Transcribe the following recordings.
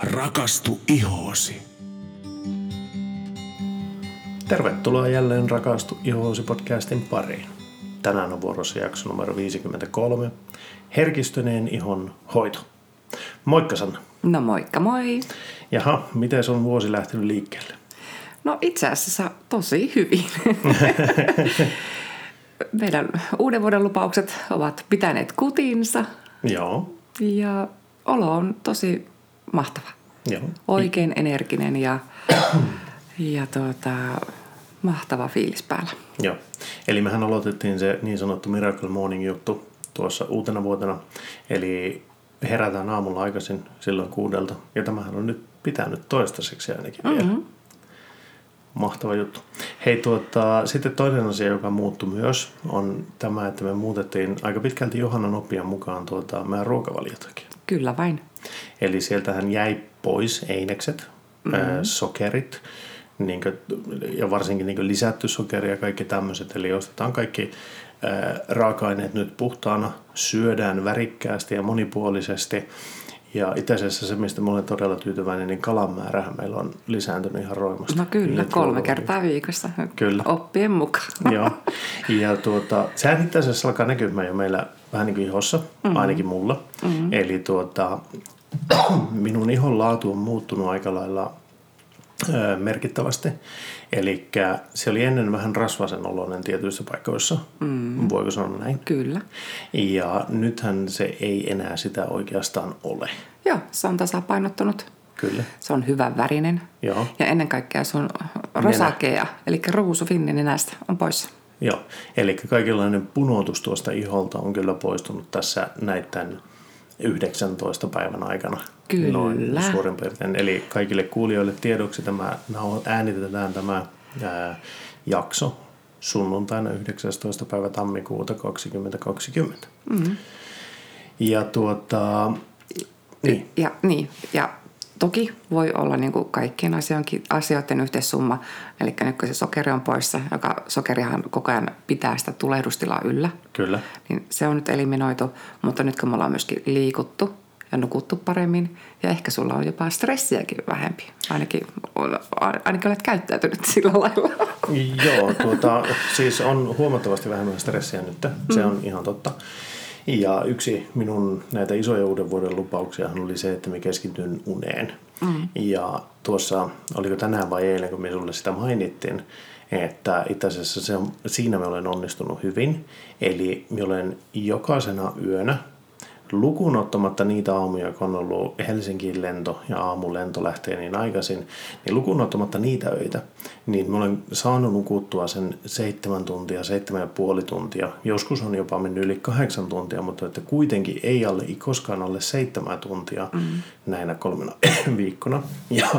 Rakastu ihoosi. Tervetuloa jälleen Rakastu ihoosi podcastin pariin. Tänään on vuorossa jakso numero 53. Herkistyneen ihon hoito. Moikka Sanna. No moikka moi. Jaha, miten on vuosi lähtenyt liikkeelle? No itse asiassa tosi hyvin. Meidän uuden vuoden lupaukset ovat pitäneet kutinsa. Joo. Ja olo on tosi mahtava. Joo. Oikein energinen ja mahtava fiilis päällä. Joo. Eli mehän aloitettiin se niin sanottu Miracle Morning juttu tuossa uutena vuotena. Eli herätään aamulla aikaisin silloin 6. Ja tämähän on nyt pitänyt toistaiseksi ainakin vielä. Mahtava juttu. Hei, sitten toinen asia, joka muuttui myös, on tämä, että me muutettiin aika pitkälti Johannan oppien mukaan meidän ruokavaliotakin. Kyllä vain. Eli sieltähän jäi pois einekset, sokerit ja varsinkin lisätty sokeri ja kaikki tämmöiset. Eli ostetaan kaikki raaka-aineet nyt puhtaana, syödään värikkäästi ja monipuolisesti. Ja itse asiassa se, mistä mä olen todella tyytyväinen, niin kalan määrähän meillä on lisääntynyt ihan roimasti. No kyllä, 3 kertaa viikossa. Kyllä. Oppien mukaan. Joo. Ja sehän itse asiassa alkaa näkymään jo meillä vähän niin kuin ihossa, ainakin mulla. Eli minun ihon laatu on muuttunut aika lailla merkittävästi. Eli se oli ennen vähän rasvasen oloinen tietyissä paikoissa, voiko sanoa näin? Kyllä. Ja nythän se ei enää sitä oikeastaan ole. Joo, se on tasapainottunut. Kyllä. Se on hyvän värinen. Joo. Ja ennen kaikkea sun rosakea, eli ruusufinni nenästä on poissa. Joo, eli kaikenlainen punotus tuosta iholta on kyllä poistunut tässä näiden 19 päivän aikana. Kyllä. Noin suurin piirtein. Eli kaikille kuulijoille tiedoksi äänitetään tämä jakso sunnuntaina 19. päivä tammikuuta 2020. Ja niin. Ja toki voi olla niin kuin kaikkien asioiden yhteissumma. Eli nyt kun se sokeri on poissa, joka sokerihan koko ajan pitää sitä tulehdustilaa yllä. Kyllä. Niin se on nyt eliminoitu, mutta nyt kun me ollaan myöskin liikuttu ja nukuttu paremmin, ja ehkä sulla on jopa stressiäkin vähempi. Ainakin olet käyttäytynyt sillä lailla. Joo, siis on huomattavasti vähemmän stressiä nyt. Se on ihan totta. Ja yksi minun näitä isoja uuden vuoden lupauksiahan oli se, että me keskityn uneen. Ja tuossa, oliko tänään vai eilen, kun me sulle sitä mainittiin, että itse asiassa siinä me olen onnistunut hyvin. Eli me olen jokaisena yönä, lukuun ottamatta niitä aamuja, kun on ollut Helsingin lento ja aamulento lähtee niin aikaisin, niin lukuun ottamatta niitä öitä, niin mä olen saanut nukuttua sen 7 tuntia, 7,5 tuntia. Joskus on jopa mennyt yli 8 tuntia, mutta että kuitenkin ei koskaan alle 7 tuntia näinä 3 viikkona. Ja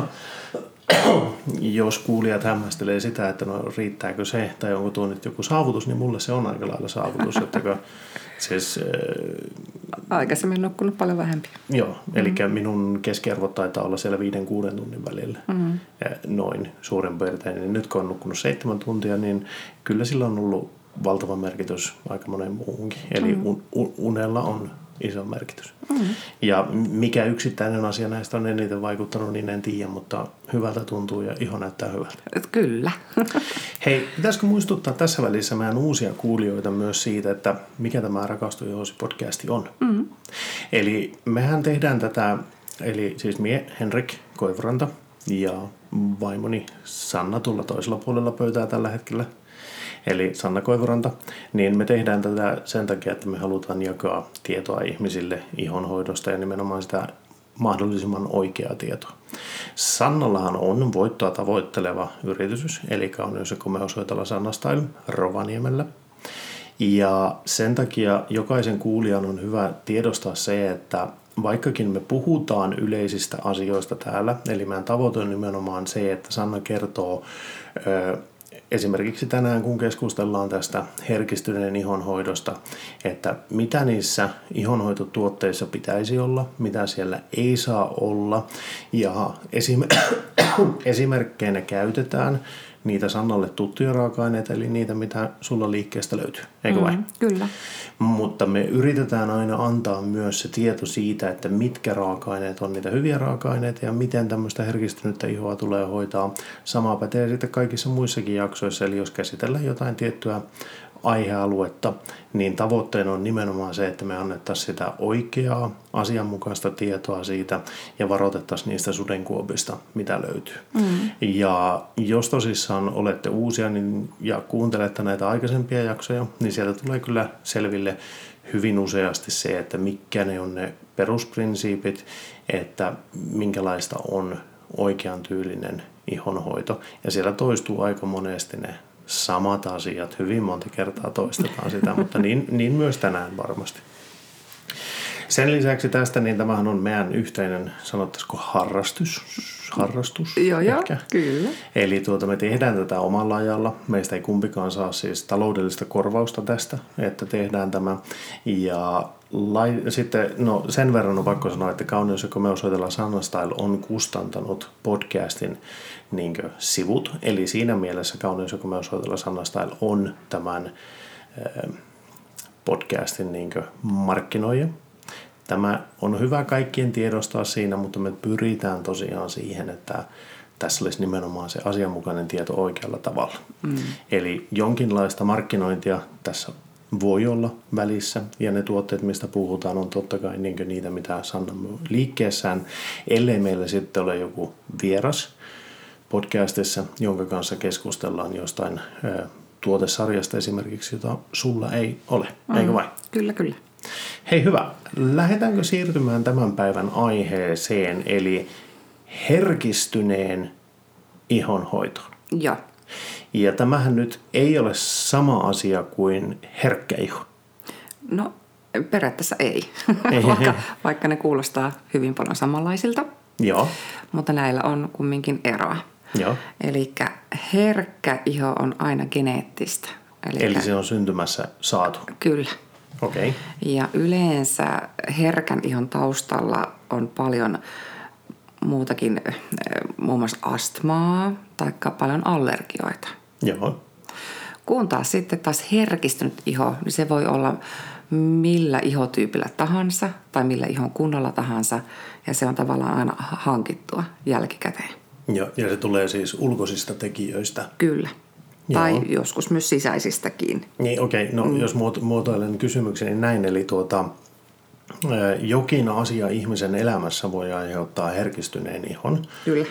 jos kuulijat hämmästelee sitä, että no riittääkö se tai onko tuo nyt joku saavutus, niin mulle se on aika lailla saavutus. Siis, aikaisemmin nukkunut paljon vähempi. Joo, eli minun keskiarvot taitaa olla siellä 5-6 tunnin välillä. Noin suurin piirtein. Niin nyt kun on nukkunut 7 tuntia, niin kyllä sillä on ollut valtava merkitys aika monen muuhunkin. Eli unella on iso merkitys. Ja mikä yksittäinen asia näistä on eniten vaikuttanut, niin en tiedä, mutta hyvältä tuntuu ja iho näyttää hyvältä. Kyllä. Hei, pitäisikö muistuttaa tässä välissä meidän uusia kuulijoita myös siitä, että mikä tämä Rakastu ihoosi podcasti on? Eli mehän tehdään tätä, eli siis mie, Henrik Koivuranta ja vaimoni Sanna tulla toisella puolella pöytää tällä hetkellä. Eli Sanna Koivuranta, niin me tehdään tätä sen takia, että me halutaan jakaa tietoa ihmisille ihonhoidosta ja nimenomaan sitä mahdollisimman oikeaa tietoa. Sannallahan on voittoa tavoitteleva yritys, eli Kauneus- ja komeusoitala Sanna Style Rovaniemellä. Ja sen takia jokaisen kuulijan on hyvä tiedostaa se, että vaikkakin me puhutaan yleisistä asioista täällä, eli meidän tavoite on nimenomaan se, että Sanna kertoo esimerkiksi tänään, kun keskustellaan tästä herkistyneen ihonhoidosta, että mitä niissä ihonhoitotuotteissa pitäisi olla, mitä siellä ei saa olla. Ja esimerkkeinä käytetään niitä Sannalle tuttuja raaka-aineita, eli niitä, mitä sulla liikkeestä löytyy, eikö vai? Kyllä. Mutta me yritetään aina antaa myös se tieto siitä, että mitkä raaka-aineet on niitä hyviä raaka-aineita ja miten tämmöistä herkistynyttä ihoa tulee hoitaa. Sama pätee sitten kaikissa muissakin jaksoissa, eli jos käsitellään jotain tiettyä aihealuetta, niin tavoitteena on nimenomaan se, että me annettaisiin sitä oikeaa, asianmukaista tietoa siitä ja varoitettaisiin niistä sudenkuopista, mitä löytyy. Ja jos tosissaan olette uusia ja kuuntelette näitä aikaisempia jaksoja, niin sieltä tulee kyllä selville hyvin useasti se, että mitkä ne on ne perusprinsiipit, että minkälaista on oikean tyylinen ihonhoito. Ja siellä toistuu aika monesti ne samat asiat. Hyvin monta kertaa toistetaan sitä, mutta niin myös tänään varmasti. Sen lisäksi tästä, niin tämähän on meidän yhteinen, sanottaisiko harrastus. Joo, kyllä. Eli me tehdään tätä omalla ajalla. Meistä ei kumpikaan saa siis taloudellista korvausta tästä, että tehdään tämä. Ja sitten, sen verran on pakko sanoa, että Kauneus ja komeus-hoitola Sanna Style on kustantanut podcastin sivut. Eli siinä mielessä Kauneus ja komeus-hoitola Sanna Style on tämän podcastin markkinoija. Tämä on hyvä kaikkien tiedostaa siinä, mutta me pyritään tosiaan siihen, että tässä olisi nimenomaan se asianmukainen tieto oikealla tavalla. Eli jonkinlaista markkinointia tässä voi olla välissä, ja ne tuotteet, mistä puhutaan, on totta kai niitä, mitä Sanna liikkeessään, ellei meillä sitten ole joku vieras podcastissa, jonka kanssa keskustellaan jostain tuotesarjasta esimerkiksi, jota sulla ei ole, eikö vai? Kyllä. Hei hyvä, lähdetäänkö siirtymään tämän päivän aiheeseen, eli herkistyneen ihonhoitoon? Joo. Ja tämähän nyt ei ole sama asia kuin herkkä iho. No periaatteessa ei, vaikka ne kuulostaa hyvin paljon samanlaisilta. Joo. Mutta näillä on kumminkin eroa. Joo. Eli herkkä iho on aina geneettistä. Eli se on syntymässä saatu. Kyllä. Okei. Ja yleensä herkän ihon taustalla on paljon muutakin, muun muassa astmaa tai paljon allergioita. Joo. Kun taas sitten herkistynyt iho, niin se voi olla millä ihotyypillä tahansa tai millä ihon kunnolla tahansa, ja se on tavallaan aina hankittua jälkikäteen. Ja se tulee siis ulkoisista tekijöistä. Kyllä. Joo. Tai joskus myös sisäisistäkin. Niin, okei. No, jos muotoilen kysymykseni näin, eli jokin asia ihmisen elämässä voi aiheuttaa herkistyneen ihon. Kyllä.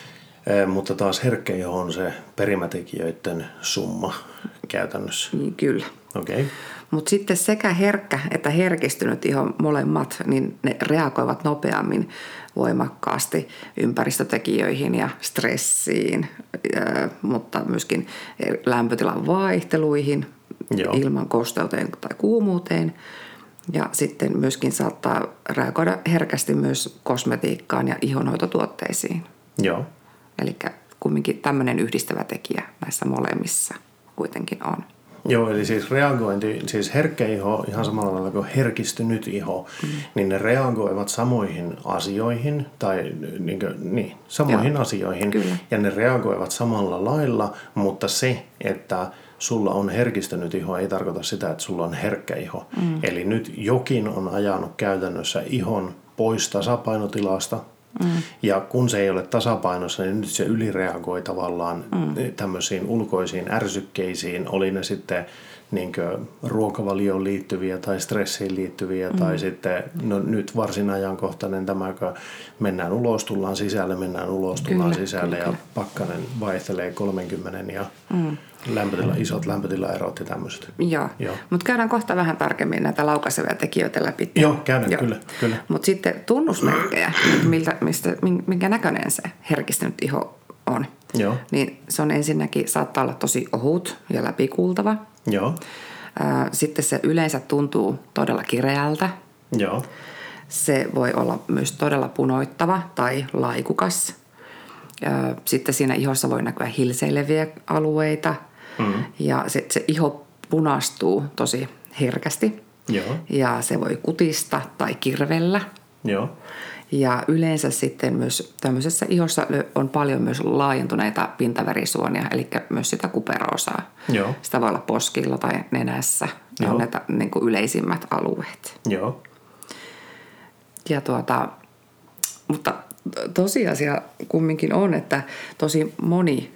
Mutta taas herkkä iho on se perimätekijöiden summa käytännössä. Kyllä. Okei. Mutta sitten sekä herkkä että herkistynyt iho molemmat, niin ne reagoivat nopeammin voimakkaasti ympäristötekijöihin ja stressiin, mutta myöskin lämpötilan vaihteluihin, ilman kosteuteen tai kuumuuteen. Ja sitten myöskin saattaa reagoida herkästi myös kosmetiikkaan ja ihonhoitotuotteisiin. Joo. Eli kumminkin tämmöinen yhdistävä tekijä näissä molemmissa kuitenkin on. Joo, eli siis reagointi, siis herkkä iho, ihan samalla lailla kuin herkistynyt iho, niin ne reagoivat samoihin asioihin, tai samoihin asioihin, kyllä. Ja ne reagoivat samalla lailla, mutta se, että sulla on herkistynyt iho, ei tarkoita sitä, että sulla on herkkä iho. Eli nyt jokin on ajanut käytännössä ihon pois tasapainotilasta, ja kun se ei ole tasapainossa, niin nyt se ylireagoi tavallaan tämmöisiin ulkoisiin ärsykkeisiin, oli ne sitten ruokavalioon liittyviä tai stressiin liittyviä tai sitten nyt varsin ajankohtainen tämä, kun mennään ulos, tullaan sisälle, mennään ulos, tullaan sisälle ja pakkanen vaihtelee 30 ja isot lämpötilaerot ja tämmöiset. Joo. Mutta käydään kohta vähän tarkemmin näitä laukaisevia tekijöitä läpi. Joo, käydään, kyllä. Mutta sitten tunnusmerkkejä, minkä näköinen se herkistynyt iho on. Joo. Niin se on ensinnäkin, saattaa olla tosi ohut ja läpikuultava. Joo. Sitten se yleensä tuntuu todella kireältä. Joo. Se voi olla myös todella punoittava tai laikukas. Sitten siinä ihossa voi näkyä hilseileviä alueita. Ja se iho punastuu tosi herkästi. Joo. Ja se voi kutista tai kirvellä. Joo. Ja yleensä sitten myös tämmöisessä ihossa on paljon myös laajentuneita pintaverisuonia, eli myös sitä kuperoosaa. Joo. Sitä voi olla poskilla tai nenässä. Ne on näitä niin kuin yleisimmät alueet. Joo. Ja mutta tosiasia kumminkin on, että tosi moni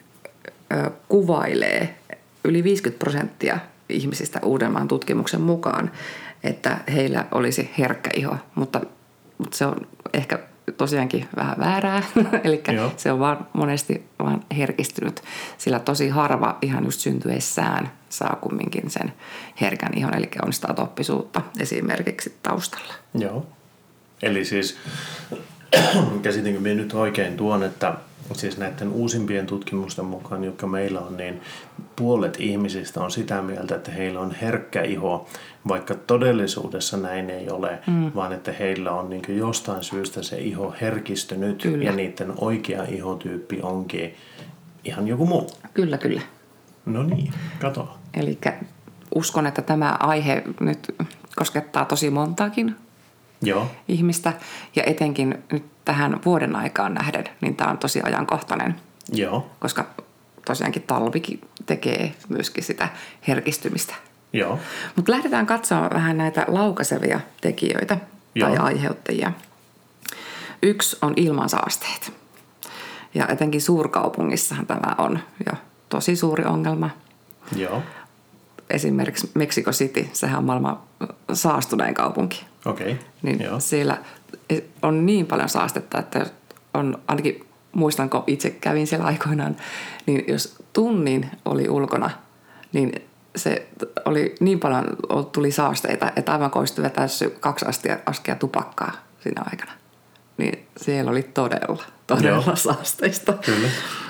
kuvailee yli 50% ihmisistä Uudenmaan tutkimuksen mukaan, että heillä olisi herkkä iho, mutta se on ehkä tosiaankin vähän väärää, eli se on vaan monesti vaan herkistynyt, sillä tosi harva ihan just syntyessään saa kumminkin sen herkän ihon, eli on sitä atoppisuutta esimerkiksi taustalla. Joo. Eli siis käsitinkö minä nyt oikein tuon, että siis näiden uusimpien tutkimusten mukaan, jotka meillä on, niin puolet ihmisistä on sitä mieltä, että heillä on herkkä iho, vaikka todellisuudessa näin ei ole, vaan että heillä on niin jostain syystä se iho herkistynyt. Kyllä. Ja niiden oikea ihotyyppi onkin ihan joku muu. Kyllä, kyllä. No niin, kato. Eli uskon, että tämä aihe nyt koskettaa tosi montaakin ihmistä ja etenkin nyt tähän vuoden aikaan nähden, niin tämä on tosi ajankohtainen. Joo. Koska tosiaankin talvikin tekee myöskin sitä herkistymistä. Joo. Mutta lähdetään katsomaan vähän näitä laukaisevia tekijöitä tai aiheuttajia. Yksi on ilmansaasteet. Ja etenkin suurkaupungissahan tämä on jo tosi suuri ongelma. Joo. Esimerkiksi Mexico City, sehän on maailman saastunein kaupunki. Okei. Niin siellä on niin paljon saastetta, että on, ainakin muistan, kun itse kävin siellä aikoinaan, niin jos tunnin oli ulkona, niin se oli niin paljon, tuli saasteita, että aivan kuin olisi vetäissyt 2 askia tupakkaa siinä aikana. Niin siellä oli todella saasteista. Kyllä.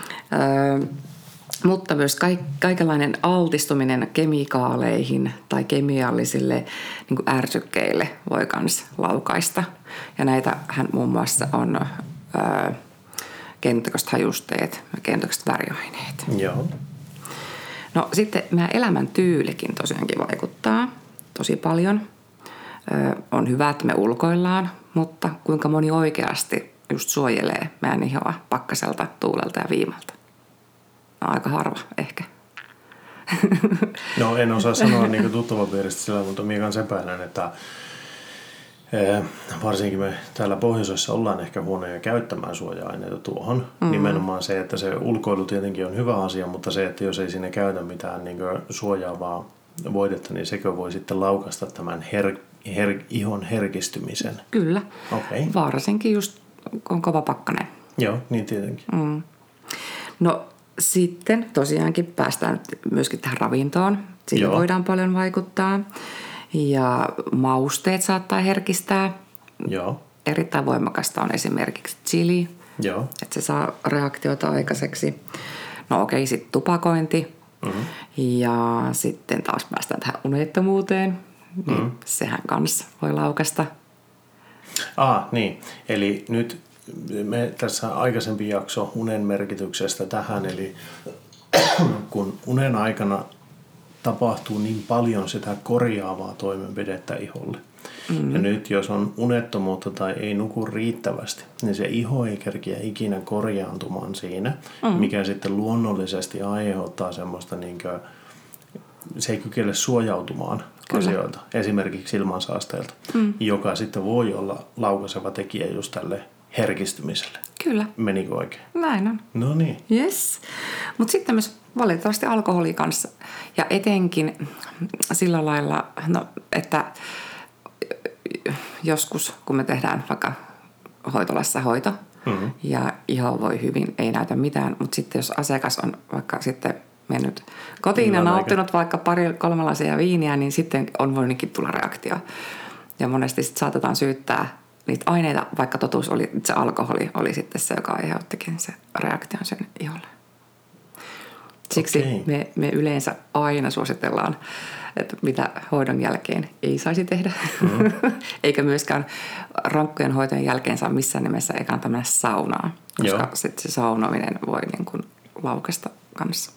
Mutta myös kaikenlainen altistuminen kemikaaleihin tai kemiallisille niin kuin ärsykkeille voi myös laukaista. Ja näitähän muun muassa on keinotekoiset hajusteet ja keinotekoiset väriaineet. Joo. No sitten meidän elämäntyylikin tosiaankin vaikuttaa tosi paljon. On hyvä, että me ulkoillaan, mutta kuinka moni oikeasti just suojelee meidän ihoa pakkaselta, tuulelta ja viimalta? No, aika harva ehkä. No en osaa sanoa niin tuttavapiiristä sillä, mutta minä kanssa epäilen, että varsinkin me täällä pohjoisessa ollaan ehkä huonoja käyttämään suoja-aineita tuohon. Nimenomaan se, että se ulkoilu tietenkin on hyvä asia, mutta se, että jos ei sinne käytä mitään niin suojaavaa voidetta, niin sekö voi sitten laukaista tämän ihon herkistymisen. Kyllä. Okay. Varsinkin just kun on kova pakkanen. Joo, niin tietenkin. No sitten tosiaankin päästään myöskin tähän ravintoon. Siihen voidaan paljon vaikuttaa. Ja mausteet saattaa herkistää. Joo. Erittäin voimakasta on esimerkiksi chili. Joo. Että se saa reaktiota aikaiseksi. No okei, sitten tupakointi. Ja sitten taas päästään tähän unettomuuteen. Niin sehän kanssa voi laukasta. Niin. Eli nyt me tässä aikaisempi jakso unen merkityksestä tähän. Eli kun unen aikana tapahtuu niin paljon sitä korjaavaa toimenpidettä iholle. Ja nyt jos on unettomuutta tai ei nuku riittävästi, niin se iho ei kerkiä ikinä korjaantumaan siinä, mikä sitten luonnollisesti aiheuttaa semmoista, se ei kykene suojautumaan asioilta, esimerkiksi ilmansaasteilta, joka sitten voi olla laukaiseva tekijä just tälle herkistymiselle. Kyllä. Menikö oikein? Näin on. No niin. Yes. Mutta sitten myös valitettavasti alkoholi kanssa. Ja etenkin sillä lailla, että joskus kun me tehdään vaikka hoitolassa hoito ja iho voi hyvin, ei näytä mitään, mutta sitten jos asiakas on vaikka sitten mennyt kotiin ja nauttinut vaikka 2-3 lasia viiniä, niin sitten on voinutkin tulla reaktio. Ja monesti sitten saatetaan syyttää niitä aineita, vaikka totuus oli, että se alkoholi oli sitten se, joka aiheuttikin se reaktion sen iholle. Siksi me yleensä aina suositellaan, että mitä hoidon jälkeen ei saisi tehdä. Eikä myöskään rankkojen hoitojen jälkeen saa missään nimessä ei kannata mennä saunaan, koska sitten se saunominen voi niin kuin laukaista kanssa.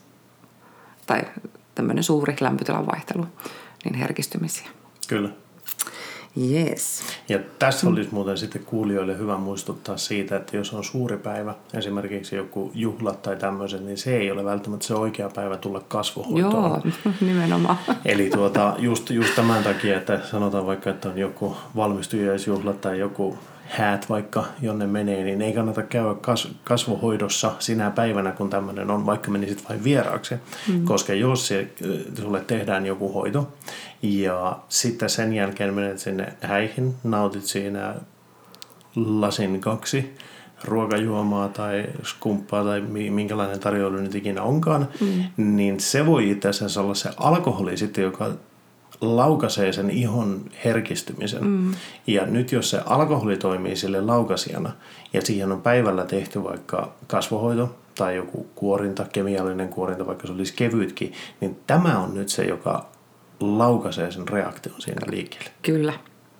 Tai tämmöinen suuri lämpötilan vaihtelu, niin herkistymisiä. Kyllä. Yes. Ja tässä olisi muuten sitten kuulijoille hyvä muistuttaa siitä, että jos on suuri päivä, esimerkiksi joku juhlat tai tämmöiset, niin se ei ole välttämättä se oikea päivä tulla kasvohoitoon. Joo, nimenomaan. Eli just tämän takia, että sanotaan vaikka, että on joku valmistujaisjuhlat tai joku häät vaikka jonne menee, niin ei kannata käydä kasvohoidossa sinä päivänä, kun tämmöinen on, vaikka menisit vain vieraaksi. Koska jos sulle tehdään joku hoito ja sitten sen jälkeen menet sinne häihin, nautit siinä lasin 2 ruokajuomaa tai skumppaa tai minkälainen tarjoilu nyt ikinä onkaan, niin se voi itse asiassa olla se alkoholi sitten, joka laukaisee sen ihon herkistymisen. Ja nyt jos se alkoholi toimii sille laukaisijana ja siihen on päivällä tehty vaikka kasvohoito tai joku kuorinta, kemiallinen kuorinta, vaikka se olisi kevytkin, niin tämä on nyt se, joka laukaisee sen reaktion siinä liikkeelle. Kyllä.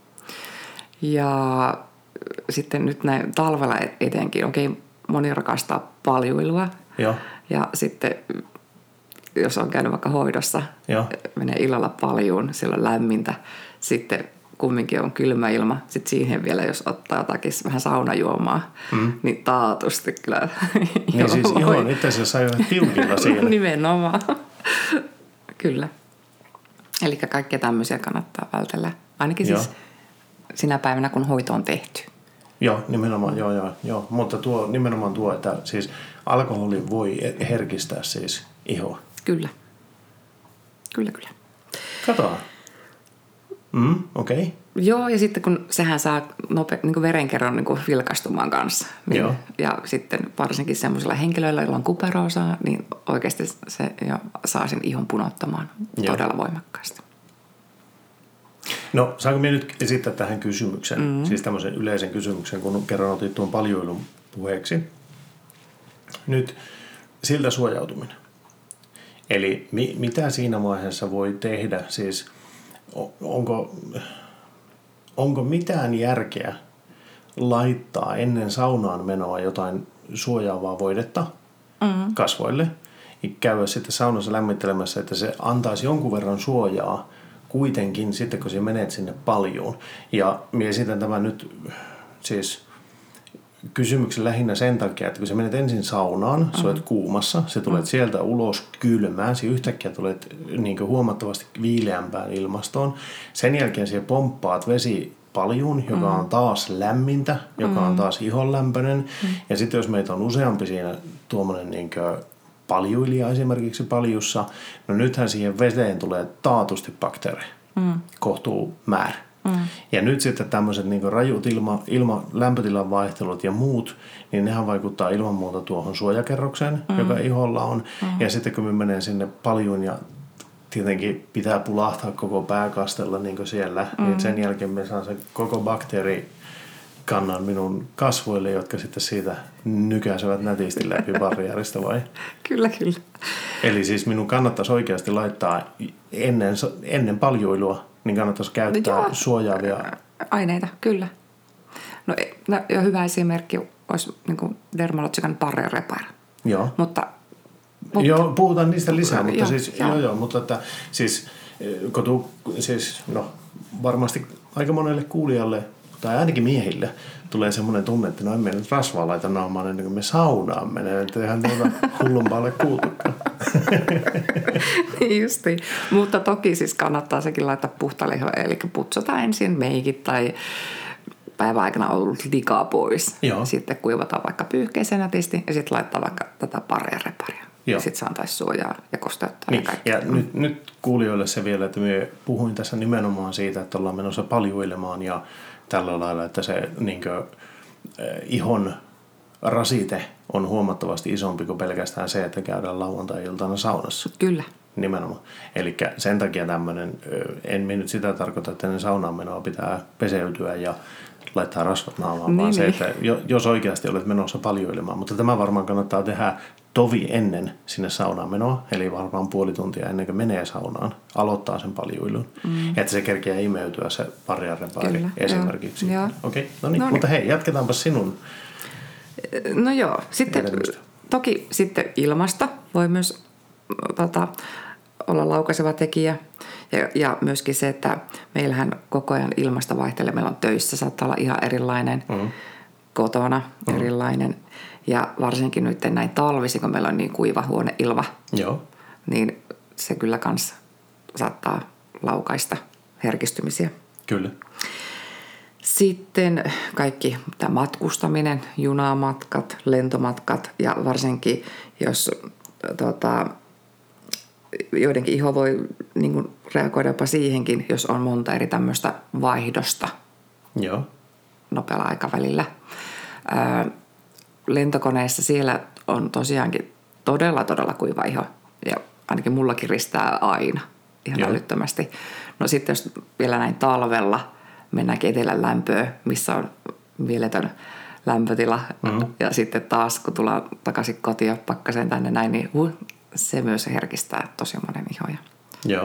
Ja sitten nyt näin talvella etenkin, moni rakastaa paljuilua. Joo. Ja sitten jos on käynyt vaikka hoidossa, menee illalla paljuun, silloin lämmintä, sitten kumminkin on kylmä ilma, sitten siihen vielä jos ottaa jotakin vähän saunajuomaa, niin taatusti kyllä. Niin siis ihan itse asiassa aivan tiukilla siinä. Nimenomaan. Kyllä. Eli kaikkia tämmöisiä kannattaa vältellä, ainakin siis sinä päivänä, kun hoito on tehty. Joo, nimenomaan, joo. Mutta nimenomaan tuo, että siis alkoholi voi herkistää siis ihoa. Kyllä. Katoa. Okei. Joo, ja sitten kun sehän saa niin verenkierron niin vilkastumaan kanssa. Niin, ja sitten varsinkin semmoisilla henkilöillä, joilla on kuperoosaa, niin oikeasti se saa sen ihon punottamaan todella voimakkaasti. No, saanko minä nyt esittää tähän kysymyksen, siis tämmöisen yleisen kysymyksen, kun kerran otit tuon paljuilun puheeksi. Nyt siltä suojautuminen. Eli mitä siinä vaiheessa voi tehdä? Siis onko mitään järkeä laittaa ennen saunaan menoa jotain suojaavaa voidetta kasvoille ja käydä sitten saunassa lämmittelemässä, että se antaisi jonkun verran suojaa kuitenkin sitten, kun sä menet sinne paljuun. Ja minä esitän tämän nyt siis kysymyksen lähinnä sen takia, että kun sä menet ensin saunaan, sä olet kuumassa, sä tulet sieltä ulos kylmään, sä yhtäkkiä tulet niin kuin huomattavasti viileämpään ilmastoon. Sen jälkeen sä pomppaat vesipaljuun, joka on taas lämmintä, joka on taas ihonlämpöinen. Ja sitten jos meitä on useampi siinä tuommoinen niin kuin paljuilija esimerkiksi paljussa, no nythän siihen veteen tulee taatusti bakteereja, kohtuu määrä. Ja nyt sitten tämmöiset niin rajut lämpötilan vaihtelut ja muut, niin nehän vaikuttaa ilman muuta tuohon suojakerrokseen, joka iholla on. Ja sitten kun me menee sinne paljuun ja tietenkin pitää pulahtaa koko pääkastella niin kuin siellä, niin sen jälkeen me saan sen koko bakteerikannan minun kasvoille, jotka sitten siitä nykäisevät nätisti läpi barriärista vai? Kyllä. Eli siis minun kannattaisi oikeasti laittaa ennen paljuilua, niin kannattaisi käyttää suojaavia aineita, kyllä. No hyvä esimerkki olisi niin Dermalogican Barrier Repair. Joo. Mutta joo, puhutaan niistä lisää, mutta mutta että siis varmasti aika monelle kuulijalle tai ainakin miehille tulee semmoinen tunne, että no emme nyt rasvaa laita naamaan ennen kuin me saunaan menee, että eihän tuota hullumpaalle kuulukaan. Justiin. Mutta toki siis kannattaa sekin laittaa puhtaalle iholle, eli putsata ensin meikit tai päivän aikana ollut likaa pois. Joo. Sitten kuivataan vaikka pyyhkeeseen nätisti ja sitten laittaa vaikka tätä Barrier Repairia. Ja sitten se antaisi suojaa ja kosteuttaa niin. kaikkea. Ja nyt kuulijoille se vielä, että minä puhuin tässä nimenomaan siitä, että ollaan menossa paljuilemaan ja tällä lailla, että se ihon rasite on huomattavasti isompi kuin pelkästään se, että käydään lauantai-iltana saunassa. Kyllä. Nimenomaan. Eli sen takia tämmöinen, en minä nyt sitä tarkoita, että ennen saunaan menoa pitää peseytyä ja laittaa rasvat naamaan, vaan se, että jos oikeasti olet menossa paljuilemaan. Mutta tämä varmaan kannattaa tehdä tovi ennen sinne saunaan menoa, eli varmaan puoli tuntia ennen kuin menee saunaan, aloittaa sen paljuilun. Että se kerkeää imeytyä se Barrier Repair esimerkiksi. Okei, no niin, mutta hei, jatketaanpa sinun. No joo, sitten toki sitten ilmasta voi myös olla laukaiseva tekijä. Ja myöskin se, että meillähän koko ajan ilmasta vaihtelee. Meillä on töissä, saattaa olla ihan erilainen, kotona erilainen. Ja varsinkin nyt näin talvisin, kun meillä on niin kuiva huoneilma, niin se kyllä kans saattaa laukaista herkistymisiä. Kyllä. Sitten kaikki tämä matkustaminen, junamatkat, lentomatkat ja varsinkin jos joidenkin iho voi niin kuin reagoida jopa siihenkin, jos on monta eri tämmöistä vaihdosta nopealla aikavälillä. Lentokoneessa siellä on tosiaankin todella kuiva iho ja ainakin mulla kiristää aina ihan älyttömästi. No sitten jos vielä näin talvella mennäänkin etelän lämpöön, missä on mieletön lämpötila ja sitten taas kun tullaan takaisin kotiin pakkaseen tänne näin, niin se myös herkistää tosi monen ihoja. Joo.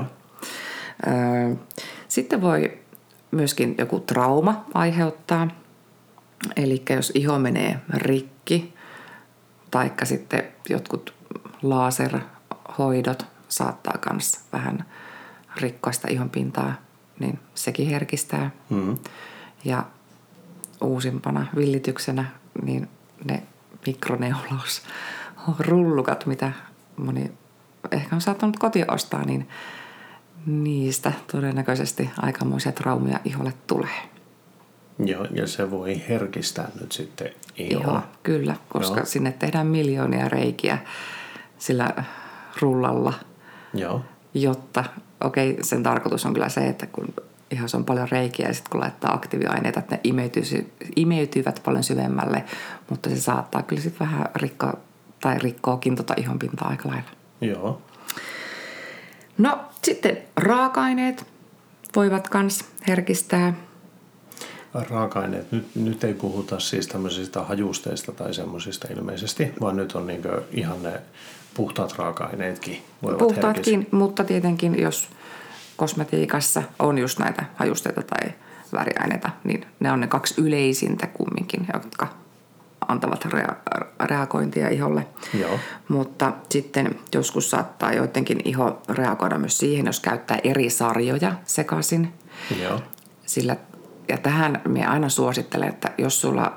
Sitten voi myöskin joku trauma aiheuttaa. Eli jos iho menee rikki, taikka sitten jotkut laserhoidot saattaa myös vähän rikkoa sitä ihon pintaa, niin sekin herkistää. Ja uusimpana villityksenä niin ne mikroneulausrullukat, mitä moni ehkä on saattanut kotiin ostaa, niin niistä todennäköisesti aikamoisia traumia iholle tulee. Joo, ja se voi herkistää nyt sitten ihoa. Joo, kyllä, koska sinne tehdään miljoonia reikiä sillä rullalla, jotta, sen tarkoitus on kyllä se, että kun ihossa on paljon reikiä ja sitten kun laittaa aktiiviaineita, että ne imeytyvät paljon syvemmälle, mutta se saattaa kyllä sitten vähän rikkookin ihon pintaa aika lailla. Joo. No sitten raaka-aineet voivat kans herkistää. Raaka-aineet. Nyt ei puhuta siis tämmöisistä hajusteista tai semmoisista ilmeisesti, vaan nyt on niin ihan ne puhtaat raaka-aineetkin voivat Puhtaatkin, mutta tietenkin jos kosmetiikassa on just näitä hajusteita tai väriaineita, niin ne on ne 2 yleisintä kumminkin, jotka antavat reagointia iholle. Joo. Mutta sitten joskus saattaa joidenkin iho reagoida myös siihen, jos käyttää eri sarjoja sekaisin. Joo. Ja tähän minä aina suosittelen, että jos sulla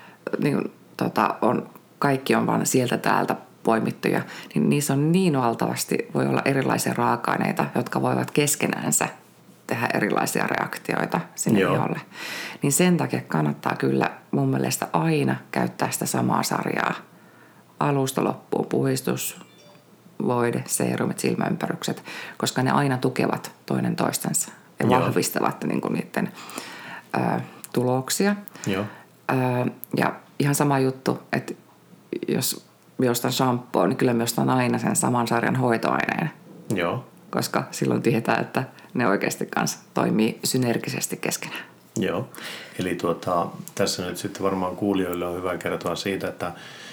kaikki on vaan sieltä täältä poimittuja, niin niissä on niin valtavasti, voi olla erilaisia raaka-aineita, jotka voivat keskenäänsä tehdä erilaisia reaktioita sinne iholle. Niin sen takia kannattaa kyllä mun mielestä aina käyttää sitä samaa sarjaa. Alusta loppuun puhdistus, voide, seerumit, silmäympärykset, koska ne aina tukevat toinen toistensa ja vahvistavat niiden tuloksia. Ja ihan sama juttu, että jos ostan shampoo, niin kyllä mä ostan aina sen saman sarjan hoitoaineen. Joo. Koska silloin tiedetään, että ne oikeasti kanssa toimii synergisesti keskenään. Joo. Eli tässä nyt sitten varmaan kuulijoille on hyvä kertoa siitä, että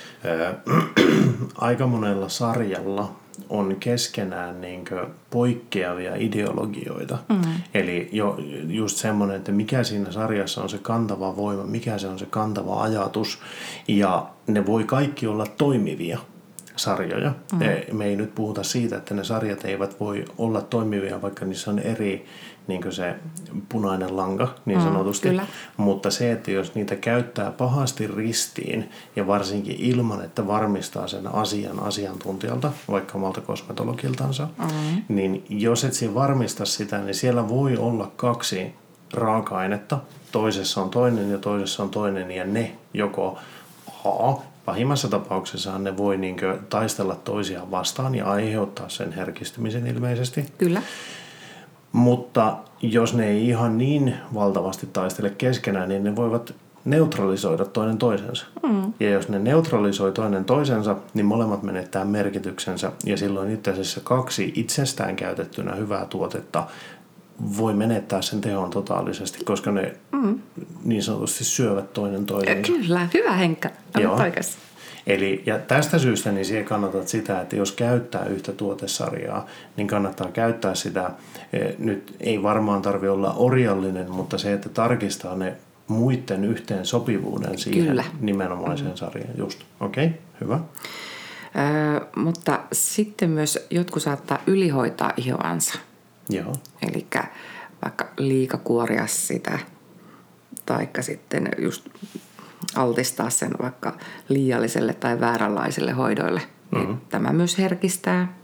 aika monella sarjalla on keskenään poikkeavia ideologioita. Eli just semmoinen, että mikä siinä sarjassa on se kantava voima, mikä se on se kantava ajatus. Ja ne voi kaikki olla toimivia sarjoja. Me ei nyt puhuta siitä, että ne sarjat eivät voi olla toimivia, vaikka niissä on eri se punainen lanka niin sanotusti. Kyllä. Mutta se, että jos niitä käyttää pahasti ristiin ja varsinkin ilman, että varmistaa sen asian asiantuntijalta, vaikka omalta kosmetologiltansa, niin jos et siinä varmista sitä, niin siellä voi olla 2 raaka-ainetta. Toisessa on toinen ja toisessa on toinen ja ne joko pahimmassa tapauksessa ne voi taistella toisiaan vastaan ja aiheuttaa sen herkistymisen ilmeisesti. Kyllä. Mutta jos ne ei ihan niin valtavasti taistele keskenään, niin ne voivat neutralisoida toinen toisensa. Ja jos ne neutralisoi toinen toisensa, niin molemmat menettää merkityksensä. Ja silloin itse asiassa 2 itsestään käytettynä hyvää tuotetta voi menettää sen tehon totaalisesti, koska ne niin sanotusti syövät toinen toisensa. Kyllä, hyvä Henkka. Olet oikeassa. Eli, ja tästä syystä niin siihen kannattaa sitä, että jos käyttää yhtä tuotesarjaa, niin kannattaa käyttää sitä, nyt ei varmaan tarvitse olla orjallinen, mutta se, että tarkistaa ne muiden yhteen sopivuuden siihen nimenomaiseen sarjaan. Just, okei, hyvä. Mutta sitten myös jotkut saattaa ylihoitaa ihoansa. Joo. Eli vaikka liikakuoria sitä, taikka sitten just altistaa sen vaikka liialliselle tai vääränlaisille hoidoille. Niin tämä myös herkistää.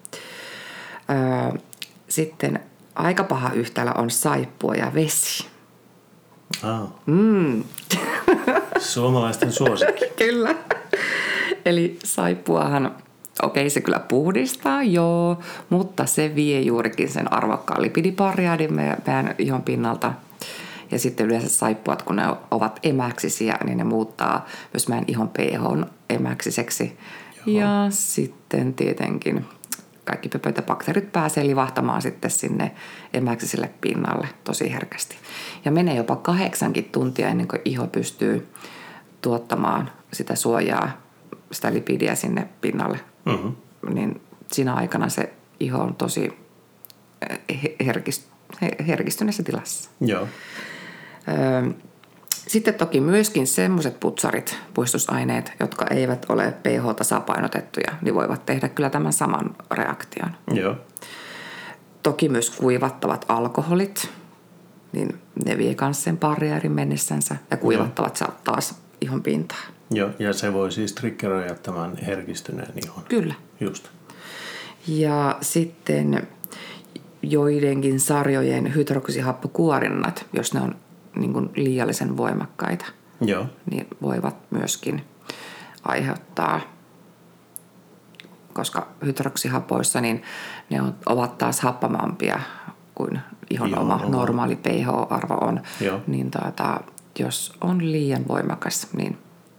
Sitten aika paha yhtälö on saippua ja vesi. Suomalaisten suosikki. Kyllä. Eli saippuahan, okei, se kyllä puhdistaa, joo, mutta se vie juurikin sen arvokkaan lipidiparjaadin meidän ihon pinnalta. Ja sitten yleensä saippuat, kun ne ovat emäksisiä, niin ne muuttaa myös meidän ihon pH:n emäksiseksi. Joo. Ja sitten tietenkin kaikki pöpötäbakteerit pääsee livahtamaan sitten sinne emäksiselle pinnalle tosi herkästi. Ja menee jopa 8 tuntia ennen kuin iho pystyy tuottamaan sitä suojaa, sitä lipidiä sinne pinnalle. Niin siinä aikana se iho on tosi herkistyneessä tilassa. Joo. Sitten toki myöskin semmoiset putsarit, puistusaineet, jotka eivät ole pH-tasapainotettuja, niin voivat tehdä kyllä tämän saman reaktion. Joo. Toki myös kuivattavat alkoholit, niin ne vie myös sen barrierin mennessänsä ja kuivattavat taas ihon pintaa. Joo, ja se voi siis triggeroida tämän herkistyneen ihon. Kyllä. Just. Ja sitten joidenkin sarjojen hydroksihappokuorinnat, jos ne on niin kuin liiallisen voimakkaita, Joo. niin voivat myöskin aiheuttaa, koska hydroksihapoissa niin ne ovat taas happamampia kuin ihon oma normaali pH-arvo on. Joo. Niin jos on liian voimakas, niin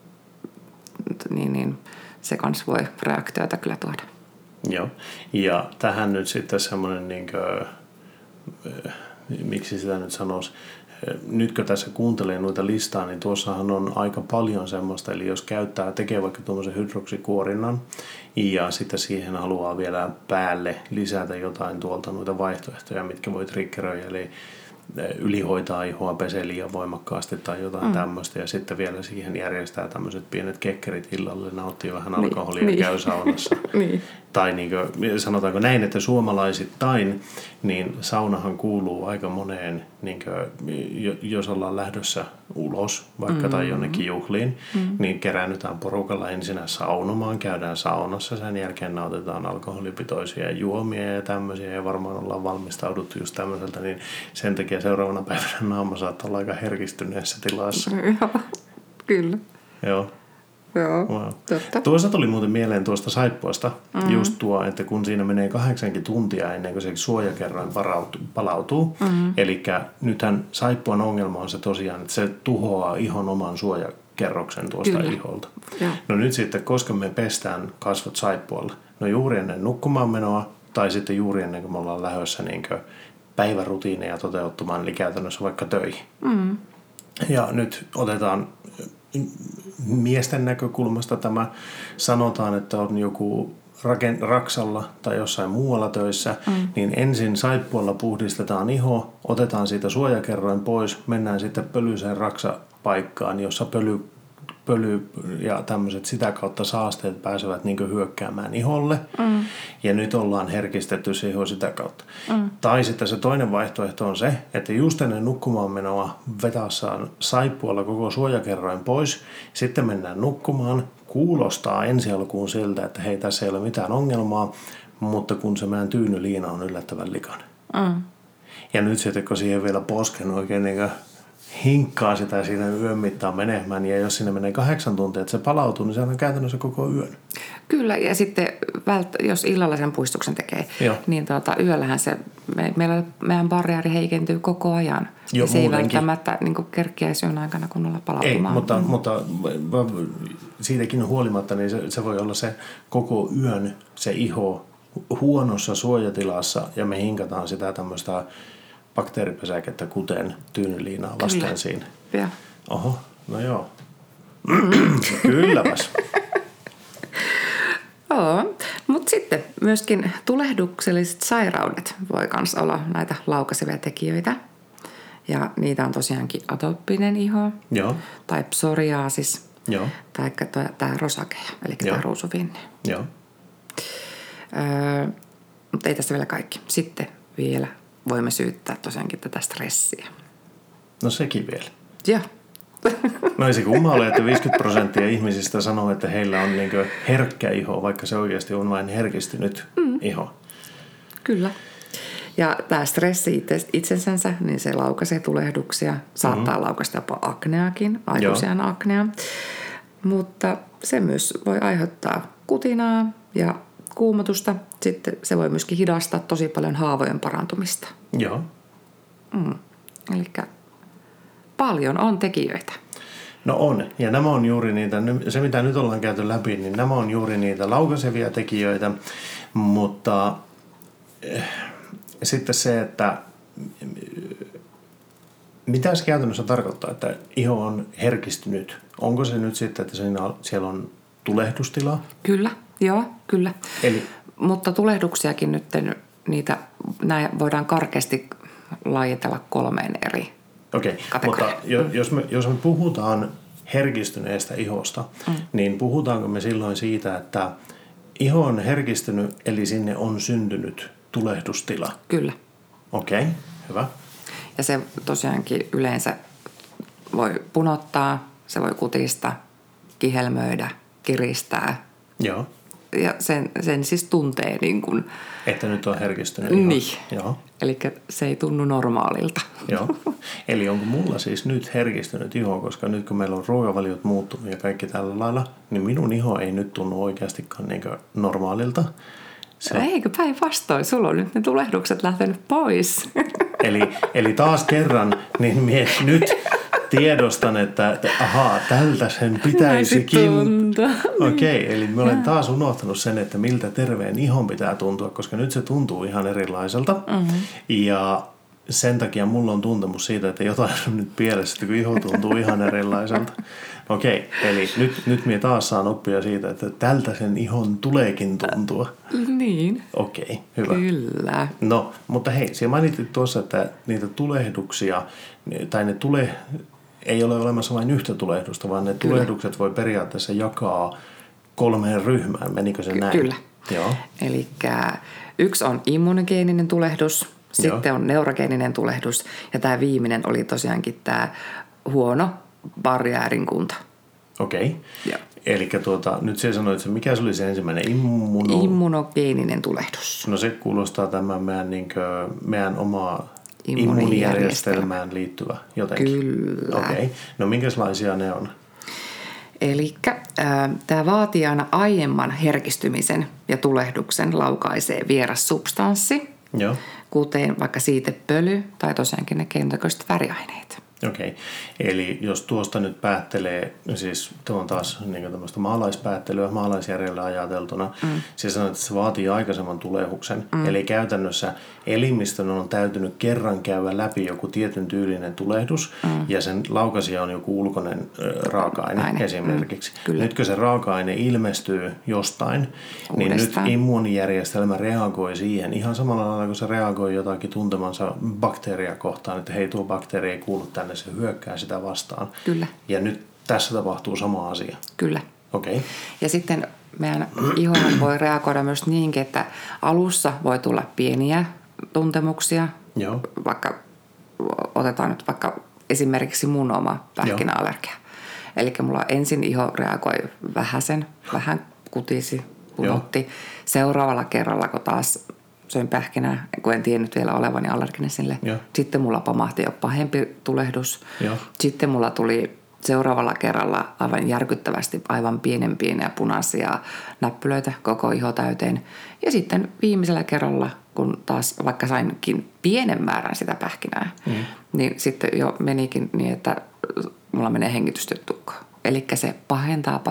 se kans voi reaktioita kyllä tuoda. Joo. Ja tähän nyt sitten semmoinen, miksi sitä nyt sanoisi, nyt kun tässä kuuntelee noita listaa, niin tuossahan on aika paljon semmoista, eli jos tekee vaikka tuommoisen hydroksikuorinnan ja sitten siihen haluaa vielä päälle lisätä jotain tuolta noita vaihtoehtoja, mitkä voi triggeröidä, eli ylihoitaa ihoa, pesee liian voimakkaasti tai jotain tämmöistä ja sitten vielä siihen järjestää tämmöiset pienet kekkerit illalle, nauttii vähän alkoholia ja käy saunassa. Niin. Tai niin kuin, sanotaanko näin, että suomalaisittain, niin saunahan kuuluu aika moneen, niin kuin, jos ollaan lähdössä ulos vaikka tai jonnekin juhliin, niin keräännytään porukalla ensinnä saunomaan, käydään saunassa, sen jälkeen nautitaan alkoholipitoisia juomia ja tämmöisiä ja varmaan ollaan valmistauduttu just tämmöiseltä, niin sen takia seuraavana päivänä naama saattaa olla aika herkistyneessä tilassa. Joo, kyllä. Joo. Joo, Wow. totta. Tuossa tuli muuten mieleen tuosta saippuasta just tuo, että kun siinä menee 8 tuntia ennen kuin se suojakerroin palautuu. Eli nythän saippuan ongelma on se tosiaan, että se tuhoaa ihon oman suojakerroksen tuosta Kyllä. iholta. Joo. No nyt sitten, koska me pestään kasvot saippualla, no juuri ennen nukkumaan menoa tai sitten juuri ennen kuin me ollaan lähdössä niin kuin päivärutiineja toteuttamaan, eli käytännössä vaikka töihin. Ja nyt otetaan miesten näkökulmasta tämä, sanotaan, että on joku raksalla tai jossain muualla töissä, niin ensin saippualla puhdistetaan iho, otetaan siitä suojakerroin pois, mennään sitten pölyiseen raksapaikkaan, jossa pöly ja tämmöiset sitä kautta saasteet pääsevät niin kuin hyökkäämään iholle. Ja nyt ollaan herkistetty se iho sitä kautta. Tai sitten se toinen vaihtoehto on se, että just ennen nukkumaan menoa vetässään saippualla koko suojakerroin pois. Sitten mennään nukkumaan. Kuulostaa ensi alkuun siltä, että hei, tässä ei ole mitään ongelmaa, mutta kun se meidän tyynyliina on yllättävän likainen. Ja nyt sitten kun siihen vielä posken oikein niin kuin hinkkaa sitä siinä yön mittaan menemään, ja jos sinne menee 8 tuntia, että se palautuu, niin se on käytännössä koko yön. Kyllä, ja sitten jos illalla sen puistuksen tekee, niin yöllähän se, meidän barrieri heikentyy koko ajan. Jo, ja se ei muutenkin. välttämättä niin kerkeä yön aikana kunnolla palautumaan. Ei, mutta siitäkin huolimatta, niin se voi olla se koko yön se iho huonossa suojatilassa, ja me hinkataan sitä tämmöistä bakteeripesäkettä, kuten tyynyliinaa vastaan Kyllä. siinä. Ja. Oho, no joo. Kylläpäs. Joo, mutta sitten myöskin tulehdukselliset sairaudet voi myös olla näitä laukaisevia tekijöitä. Ja niitä on tosiaankin atooppinen iho, Joo. tai psoriaasis, Joo. tai tämä rosakea, eli tämä ruusuvinne. Joo. Mutta ei tässä vielä kaikki. Sitten vielä voimme syyttää tosiaankin tätä stressiä. No sekin vielä. Joo. No ei se kumma ole, että 50% ihmisistä sanoo, että heillä on niin herkkä iho, vaikka se oikeasti on vain herkistynyt iho. Kyllä. Ja tämä stressi itsensä, niin se laukaisee tulehduksia. Saattaa laukaista jopa akneakin, aikuisiän aknea. Mutta se myös voi aiheuttaa kutinaa ja kuumotusta. Sitten se voi myöskin hidastaa tosi paljon haavojen parantumista. Joo. Elikkä paljon on tekijöitä. No on, ja nämä on juuri niitä, se mitä nyt ollaan käyty läpi, niin nämä on juuri niitä laukaisevia tekijöitä, mutta sitten se, että mitä se käytännössä tarkoittaa, että iho on herkistynyt? Onko se nyt sitten, että siellä on tulehdustila? Kyllä, joo, kyllä. Eli mutta tulehduksiakin nyt, näin voidaan karkeasti lajitella 3 eri kategoriaan. Mutta jos me puhutaan herkistyneestä ihosta, niin puhutaanko me silloin siitä, että iho on herkistynyt, eli sinne on syntynyt tulehdustila? Kyllä. Okei, hyvä. Ja se tosiaankin yleensä voi punottaa, se voi kutistaa, kihelmöidä, kiristää. Joo. Ja sen siis tuntee niin kuin... Että nyt on herkistynyt iho. Niin. Joo. Eli se ei tunnu normaalilta. Joo. Eli onko mulla siis nyt herkistynyt iho, koska nyt kun meillä on ruokavaliot muuttunut ja kaikki tällä lailla, niin minun iho ei nyt tunnu oikeastikaan niin normaalilta. Eikö päinvastoin? Sulla on nyt ne tulehdukset lähtenyt pois. Eli taas kerran, niin minä nyt tiedostan, että ahaa, tältä sen pitäisikin. Okei, eli mä olen taas unohtanut sen, että miltä terveen ihon pitää tuntua, koska nyt se tuntuu ihan erilaiselta. Ja sen takia mulla on tuntemus siitä, että jotain on nyt pielessä, kun iho tuntuu ihan erilaiselta. Okei, eli nyt minä taas saan oppia siitä, että tältä sen ihon tuleekin tuntua. Niin. Okei, hyvä. Kyllä. No, mutta hei, sinä mainitit tuossa, että niitä tulehduksia, tai ei ole olemassa vain yhtä tulehdusta, vaan ne tulehdukset voi periaatteessa jakaa 3 ryhmään. Menikö se näin? Kyllä. Joo. Elikkä yksi on immunogeeninen tulehdus, sitten on neurogeeninen tulehdus, ja tämä viimeinen oli tosiaankin tämä huono barriäärin kunta. Okei. Eli nyt sinä sanoit, että mikä se oli se ensimmäinen? Immunogeeninen tulehdus. No se kuulostaa tämän meidän omaa immuunijärjestelmään liittyvä jotenkin. Kyllä. Okei. No minkälaisia ne on? Elikkä tämä vaatii aina aiemman herkistymisen ja tulehduksen laukaisee vieras substanssi, Joo. kuten vaikka siitepöly tai tosiaankin ne keinotekoiset väriaineet. Okei. Eli jos tuosta nyt päättelee, siis tuo on taas niin tämmöistä maalaispäättelyä, maalaisjärjellä ajateltuna, siis sanoo, että se vaatii aikaisemman tulehduksen. Eli käytännössä elimistön on täytynyt kerran käydä läpi joku tietyn tyylinen tulehdus, ja sen laukaisija on joku ulkoinen raaka-aine esimerkiksi. Nyt kun se raaka-aine ilmestyy jostain, niin nyt immuunijärjestelmä reagoi siihen ihan samalla lailla, kun se reagoi jotakin tuntemansa bakteeria kohtaan, että hei, tuo bakteeri ei kuulu tänne, se hyökkää sitä vastaan. Kyllä. Ja nyt tässä tapahtuu sama asia. Kyllä. Okei. Ja sitten meidän ihohan voi reagoida myös niinkin, että alussa voi tulla pieniä tuntemuksia. Joo. Vaikka otetaan nyt vaikka esimerkiksi mun oma pähkinäallergia. Eli mulla ensin iho reagoi vähän kutisi, punotti. Seuraavalla kerralla, kun taas söin pähkinää, kun en tiennyt vielä olevani allerginen sille. Sitten mulla pamahti jo pahempi tulehdus. Joo. Sitten mulla tuli seuraavalla kerralla aivan järkyttävästi aivan pieniä punaisia näppylöitä koko iho täyteen. Ja sitten viimeisellä kerralla, kun taas vaikka sainkin pienen määrän sitä pähkinää, niin sitten jo menikin niin, että mulla menee hengitystyöt tukkoon. Eli se pahentaa.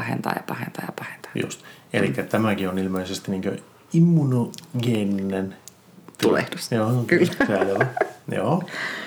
Just. Eli tämäkin on ilmeisesti niin immunogeeninen tulehdus. Joo, kyllä. Joo.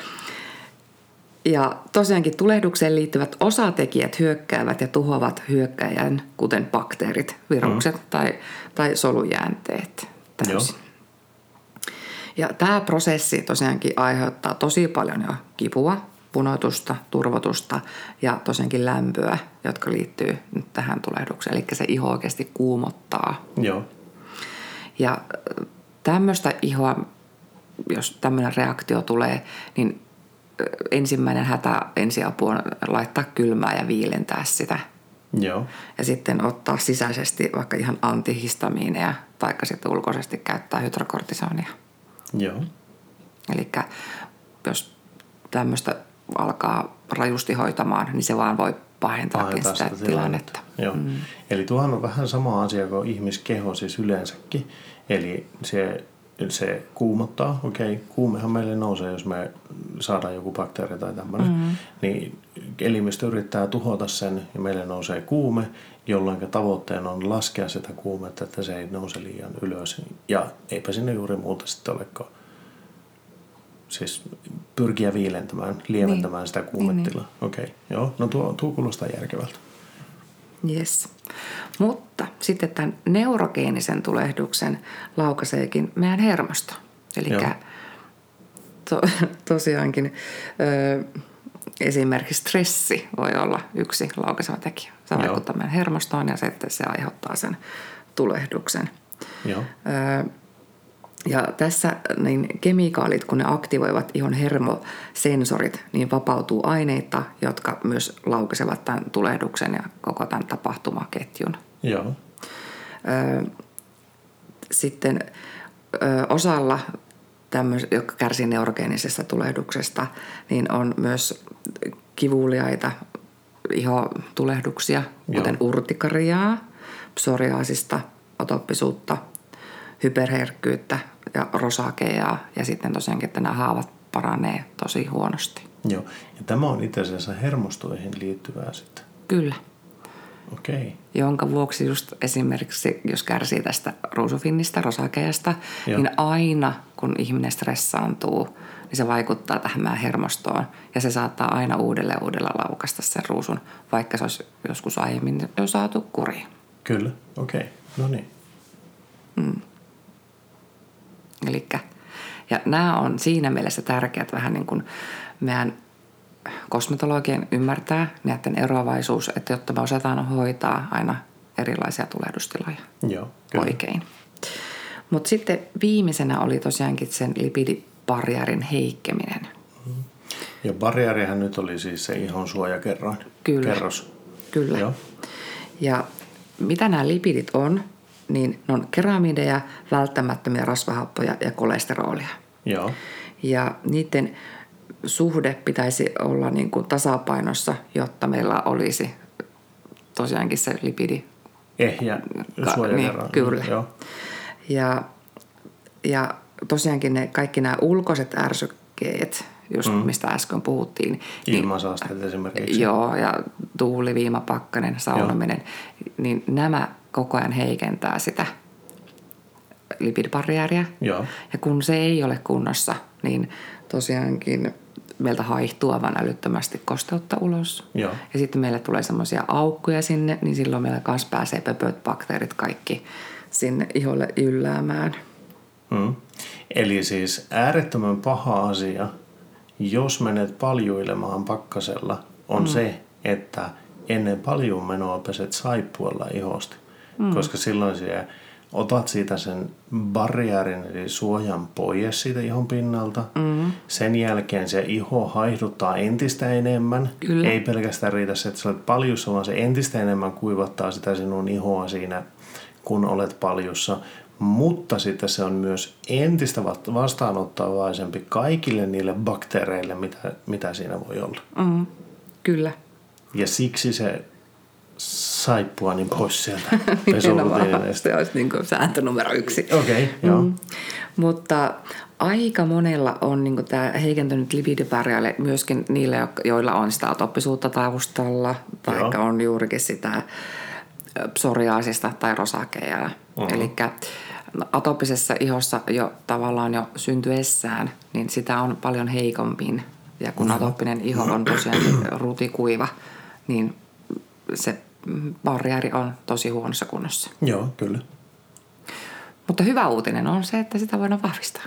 Ja tosiaankin tulehdukseen liittyvät osatekijät hyökkäävät ja tuhoavat hyökkäjän, kuten bakteerit, virukset tai solujäänteet täysin. Ja tämä prosessi tosiaankin aiheuttaa tosi paljon jo kipua, punotusta, turvotusta ja tosiaankin lämpöä, jotka liittyy nyt tähän tulehdukseen. Eli se iho oikeasti kuumottaa. Joo. Ja tämmöistä ihoa, jos tämmöinen reaktio tulee, niin ensimmäinen ensiapu on laittaa kylmää ja viilentää sitä. Joo. Ja sitten ottaa sisäisesti vaikka ihan antihistamiineja tai sitten ulkoisesti käyttää hydrokortisonia. Joo. Eli jos tämmöistä alkaa rajusti hoitamaan, niin se vaan voi pahentaa sitä tilannetta. Joo. Eli tuohan on vähän sama asia kuin ihmiskeho siis yleensäkin. Eli se kuumottaa. Okei, kuumehan meille nousee, jos me saadaan joku bakteeri tai tämmöinen. Niin elimistö yrittää tuhota sen ja meille nousee kuume, jolloin tavoitteena on laskea sitä kuumetta, että se ei nouse liian ylös. Ja eipä sinne juuri muuta sitten olekaan. Siis pyrkiä viilentämään, lieventämään sitä kuumetilaa. Okei, joo. No tuo kuulostaa järkevältä. Yes. Mutta sitten tämän neurogeenisen tulehduksen laukaiseekin meidän hermosto. Eli tosiaankin esimerkiksi stressi voi olla yksi laukaiseva tekijä. Se vaikuttaa meidän hermostoon ja sitten se aiheuttaa sen tulehduksen. Joo. Ja tässä niin kemikaalit, kun ne aktivoivat ihon hermosensorit, niin vapautuu aineita, jotka myös laukaisevat tämän tulehduksen ja koko tämän tapahtumaketjun. Joo. Sitten osalla jotka kärsii neurogeenisesta tulehduksesta, niin on myös kivuliaita ihotulehduksia, kuten urtikariaa, psoriaasista, atoppisuutta, hyperherkkyyttä ja rosakeaa. Ja sitten tosiaankin, että nämä haavat paranee tosi huonosti. Joo. Ja tämä on itse asiassa hermostoihin liittyvää sitten. Kyllä. Okei. Jonka vuoksi just esimerkiksi, jos kärsii tästä ruusufinnistä, rosakeasta, niin aina kun ihminen stressaantuu, niin se vaikuttaa tähän meidän hermostoon. Ja se saattaa aina uudella laukasta sen ruusun, vaikka se olisi joskus aiemmin jo saatu kuriin. Kyllä, okei. No niin. Elikkä, ja nämä on siinä mielessä tärkeät vähän niin kuin meidän kosmetologien ymmärtää näiden eroavaisuus, että jotta me osataan hoitaa aina erilaisia tulehdustiloja oikein. Mutta sitten viimeisenä oli tosiaankin sen lipidibarriärin heikkeminen. Ja barriärihän nyt oli siis se ihon suojakerroin. Kerros. Kyllä. Joo. Ja mitä nämä lipidit on, niin ne on keramideja, välttämättömiä rasvahappoja ja kolesterolia. Joo. Ja niiden suhde pitäisi olla niin kuin tasapainossa, jotta meillä olisi tosiaankin se lipidi. Ehjä suojakerroin. Niin, kyllä. Joo. Ja tosiaankin kaikki nämä ulkoiset ärsykkeet, just mistä äsken puhuttiin. Ilmansaasteet esimerkiksi. Joo, ja tuuli, viima, pakkanen, saunominen, niin nämä koko ajan heikentää sitä lipidibarriäriä. Joo. Ja kun se ei ole kunnossa, niin tosiaankin meiltä haihtuu aivan älyttömästi kosteutta ulos. Joo. Ja sitten meille tulee semmoisia aukkoja sinne, niin silloin meillä kanssa pääsee pöpöt, bakteerit, kaikki sinne iholle ylläämään. Eli siis äärettömän paha asia, jos menet paljuilemaan pakkasella, on se, että ennen paljuun menoa peset saippualla ihosta. Koska silloin siellä otat siitä sen barriärin eli suojan pois siitä ihon pinnalta. Sen jälkeen se iho haihduttaa entistä enemmän. Kyllä. Ei pelkästään riitä se, että sä olet paljussa, vaan se entistä enemmän kuivattaa sitä sinun ihoa siinä, kun olet paljussa. Mutta sitten se on myös entistä vastaanottavaisempi kaikille niille bakteereille, mitä siinä voi olla. Kyllä. Ja siksi se saippua niin pois sieltä pesurutiineista. Se olisi niin kuin sääntö numero 1. Okei, joo. Mutta aika monella on niin kuin tämä heikentynyt lipidibarriäri myöskin niille, joilla on sitä atoppisuutta taustalla, tai on juurikin sitä psoriaasista tai rosakeaa. Eli atopisessa ihossa jo tavallaan jo syntyessään, niin sitä on paljon heikommin. Ja kun atoppinen iho on tosiaan rutikuiva, niin se barriäri on tosi huonossa kunnossa. Joo, kyllä. Mutta hyvä uutinen on se, että sitä voidaan vahvistaa.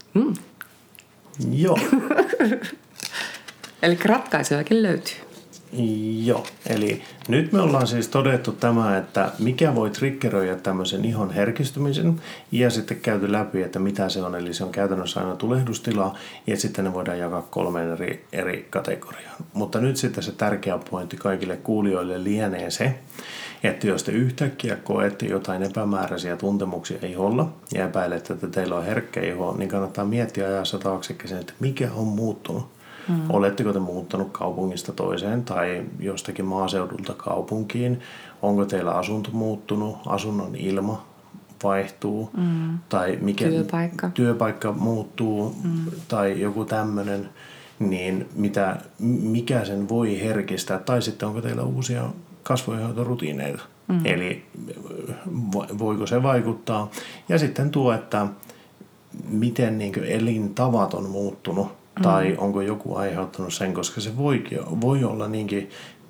Joo. Eli ratkaisujakin löytyy. Joo, eli nyt me ollaan siis todettu tämä, että mikä voi triggeröidä tämmöisen ihon herkistymisen ja sitten käyty läpi, että mitä se on. Eli se on käytännössä aina tulehdustila ja sitten ne voidaan jakaa 3 eri kategoriaan. Mutta nyt sitten se tärkeä pointti kaikille kuulijoille lienee se, että jos te yhtäkkiä koette jotain epämääräisiä tuntemuksia iholla ja epäilette, että teillä on herkkä iho, niin kannattaa miettiä ajassa taaksekäsin, että mikä on muuttunut. Oletteko te muuttanut kaupungista toiseen tai jostakin maaseudulta kaupunkiin? Onko teillä asunto muuttunut? Asunnon ilma vaihtuu? Tai työpaikka muuttuu? Tai joku tämmöinen, niin mikä sen voi herkistää? Tai sitten onko teillä uusia kasvojenhoitorutiineita? Eli voiko se vaikuttaa? Ja sitten tuo, että miten niin kuin elintavat on muuttunut. Tai onko joku aiheuttanut sen, koska se voi olla niinkin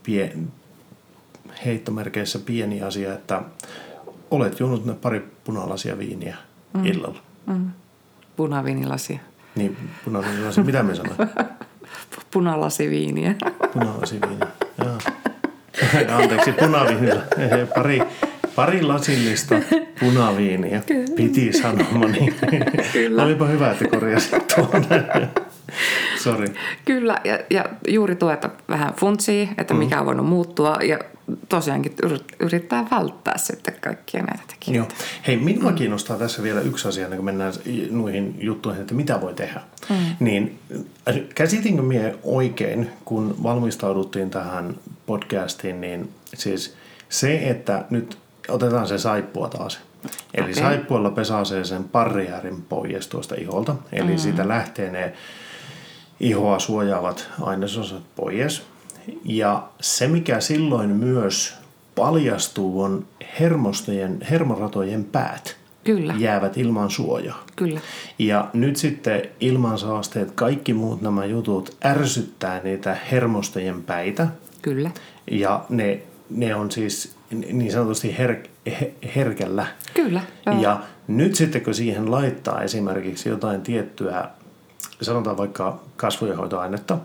heittomerkeissä pieni asia, että olet juonut ne pari punalasia viiniä illalla. Punaviinilasia. Niin, punaviinilasia. Mitä me sanoin? Punalasiviiniä. Punalasiviiniä, joo. Anteeksi, punaviinillä. Pari lasillista punaviiniä. Kyllä. Piti sanomani. Kyllä. Olipa hyvä, että korjasit tuon. Sori. Kyllä, ja juuri tuo, että vähän funtsii, että mikä on voinut muuttua, ja tosiaankin yrittää välttää sitten kaikkia näitä tekijöitä. Joo. Hei, minua kiinnostaa tässä vielä yksi asia, kun mennään noihin juttuihin, että mitä voi tehdä. Niin käsitinkö mie oikein, kun valmistauduttiin tähän podcastiin, niin siis se, että nyt otetaan se saippua taas. Eli saippualla pesaasee sen barriärin pois tuosta iholta, eli siitä lähtee ne ihoa suojaavat ainesosat pois. Ja se, mikä silloin myös paljastuu, on hermoratojen päät. Kyllä. Jäävät ilman suojaa. Kyllä. Ja nyt sitten ilmansaasteet, kaikki muut nämä jutut ärsyttää niitä hermostojen päitä. Kyllä. Ja ne on siis niin sanotusti herkällä. Kyllä. Joo. Ja nyt sitten kun siihen laittaa esimerkiksi jotain tiettyä, sanotaan vaikka kasvojenhoitoainetta,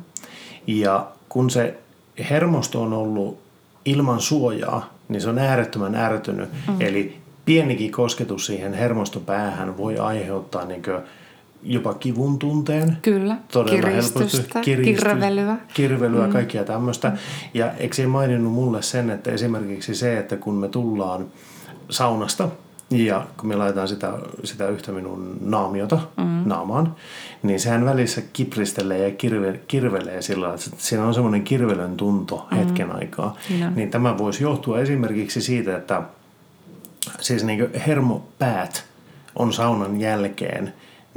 ja kun se hermosto on ollut ilman suojaa, niin se on äärettömän ärtynyt. Eli pienikin kosketus siihen hermostopäähän voi aiheuttaa jopa kivun tunteen. Kyllä, todella kiristystä, kirvelyä, kaikkia tämmöistä. Ja eikö se maininnut mulle sen, että esimerkiksi se, että kun me tullaan saunasta ja kun me laitetaan sitä yhtä minun naamiota naamaan, niin sehän välissä kipristelee ja kirvelee sillä, että siinä on semmoinen kirvelön tunto hetken aikaa. Niin tämä voisi johtua esimerkiksi siitä, että siis hermopäät on saunan jälkeen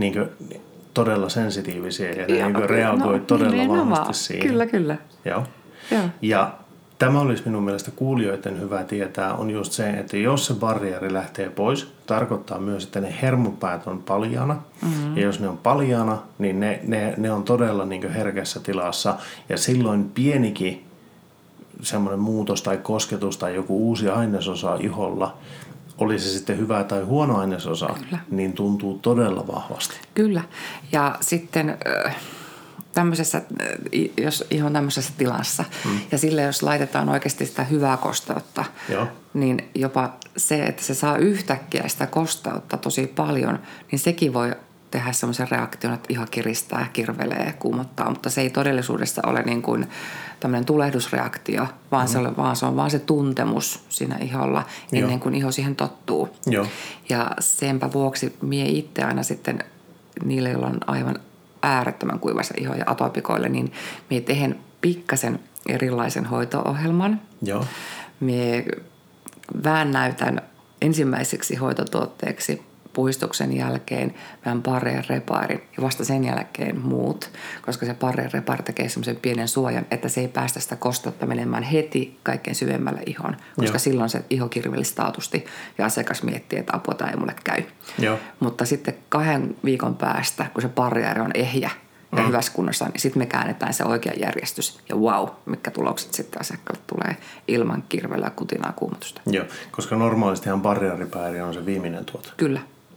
todella sensitiivisiä ja ne reagoi todella vahvasti siihen. Kyllä. Joo. Ja tämä olisi minun mielestä kuulijoiden hyvä tietää, on just se, että jos se barrieri lähtee pois, tarkoittaa myös, että ne hermopäät on paljaana. Ja jos ne on paljaana, niin ne on todella herkässä tilassa. Ja silloin pienikin semmoinen muutos tai kosketus tai joku uusi ainesosa iholla, oli se sitten hyvä tai huono ainesosa, niin tuntuu todella vahvasti. Kyllä. Ja sitten tämmöisessä, jos ihon tämmöisessä tilassa, ja sille jos laitetaan oikeasti sitä hyvää kosteutta, niin jopa se, että se saa yhtäkkiä sitä kosteutta tosi paljon, niin sekin voi tehdä semmoisen reaktion, että iho kiristää ja kirvelee ja kuumottaa, mutta se ei todellisuudessa ole niin kuin tämmöinen tulehdusreaktio, vaan se on vaan se tuntemus siinä iholla ennen kuin iho siihen tottuu. Joo. Ja senpä vuoksi mie itse aina sitten niille, joilla on aivan äärettömän kuivassa iho ja atopikoille, niin mie tehen pikkasen erilaisen hoito-ohjelman. Joo. Mie väännäytän ensimmäiseksi hoitotuotteeksi puistuksen jälkeen vähän Barrier Repairin ja vasta sen jälkeen muut, koska se Barrier Repair tekee semmoisen pienen suojan, että se ei päästä sitä kosteutta menemään heti kaikkein syvemmälle ihon, koska silloin se iho kirvelisi taatusti ja asiakas miettii, että apua tämä ei mulle käy. Joo. Mutta sitten 2 viikon päästä, kun se barrieri on ehjä ja hyvässä kunnossa, niin sitten me käännetään se oikea järjestys ja mitkä tulokset sitten asiakkaalle tulee ilman kirvelyä, kutinaa, kuumotusta. Joo, koska normaalistihan Barrier Repair on se viimeinen tuote. Kyllä.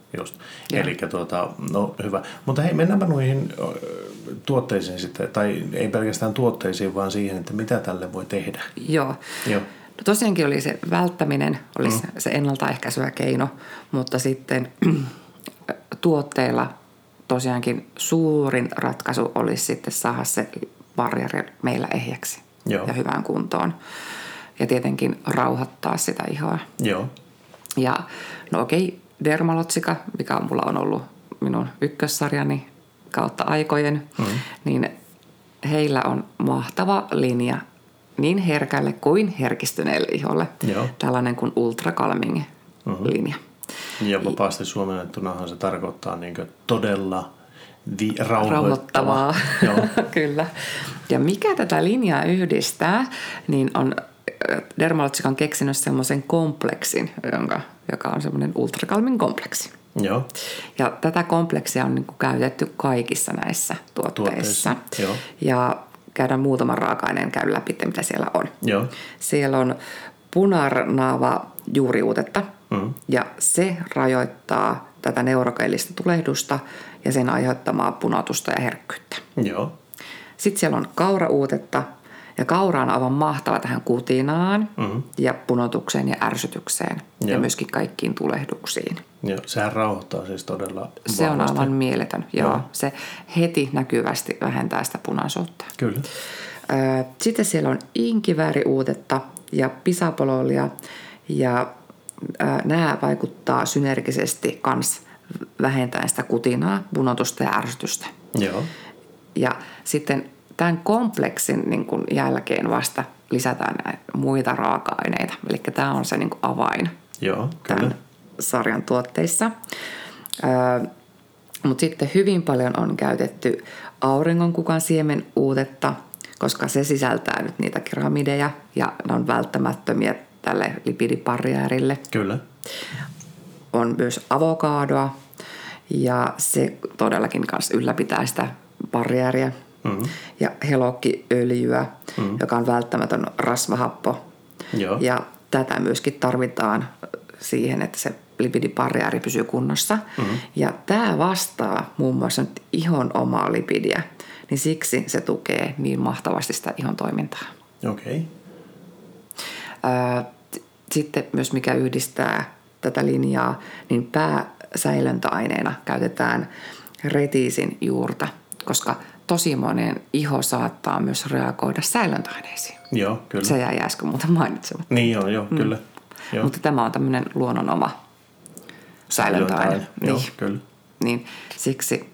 Just. Eli no hyvä. Mutta hei, mennäänpä noihin tuotteisiin sitten, tai ei pelkästään tuotteisiin, vaan siihen, että mitä tälle voi tehdä. Joo. No tosiaankin oli se välttäminen, olisi se ennaltaehkäisevä keino, mutta sitten tuotteilla tosiaankin suurin ratkaisu olisi sitten saada se barrieri meillä ehjäksi ja hyvään kuntoon. Ja tietenkin rauhoittaa sitä ihoa. Joo. Ja no okei, Dermalotsika, mikä mulla on ollut minun ykkössarjani kautta aikojen, niin heillä on mahtava linja niin herkälle kuin herkistyneelle iholle. Joo. Tällainen kuin Ultra Calming linja. Ja vapaasti suomennettunahan se tarkoittaa niin todella rauhoittavaa. Joo. Kyllä. Ja mikä tätä linjaa yhdistää, niin on Dermalotsika on keksinyt semmoisen kompleksin, joka on semmoinen Ultra Calming kompleksi. Joo. Ja tätä kompleksia on niin kuin käytetty kaikissa näissä tuotteissa. Joo. Ja käydään muutaman raaka-aineen käy läpi, mitä siellä on. Joo. Siellä on punarnaava juuriuutetta ja se rajoittaa tätä neurokeellistä tulehdusta ja sen aiheuttamaa punautusta ja herkkyyttä. Joo. Sitten siellä on kaurauutetta ja kaura on aivan mahtava tähän kutinaan ja punotukseen ja ärsytykseen ja myöskin kaikkiin tulehduksiin. Joo, sehän rauhoittaa siis todella vahvasti. Se on aivan mieletön. Joo. Se heti näkyvästi vähentää sitä punaisuutta. Kyllä. Sitten siellä on inkivääriuutetta ja pisapololia ja nämä vaikuttaa synergisesti kans vähentäen sitä kutinaa, punotusta ja ärsytystä. Joo. Ja sitten tämän kompleksin niin kuin jälkeen vasta lisätään näitä muita raaka-aineita. Eli tämä on se niin kuin avain. Joo, kyllä. Tämän sarjan tuotteissa. Mutta sitten hyvin paljon on käytetty auringonkukan siemenuutetta, koska se sisältää nyt niitä keramideja ja ne on välttämättömiä tälle lipidibarriärille. Kyllä. On myös avokadoa ja se todellakin kanssa ylläpitää sitä barriääriä. Ja helokkiöljyä, joka on välttämätön rasvahappo. Joo. Ja tätä myöskin tarvitaan siihen, että se lipidibarriääri pysyy kunnossa. Ja tämä vastaa muun muassa nyt ihon omaa lipidiä, niin siksi se tukee niin mahtavasti sitä ihon toimintaa. Okei. Sitten myös mikä yhdistää tätä linjaa, niin pääsäilöntäaineena käytetään retiisin juurta, koska tosi monen iho saattaa myös reagoida säilöntäaineisiin. Joo, kyllä. Se jäi äsken muuten mainitsematta. Niin joo, kyllä. Joo. Mutta tämä on tämmöinen luonnon oma säilöntäaine. Joo, kyllä. Niin siksi,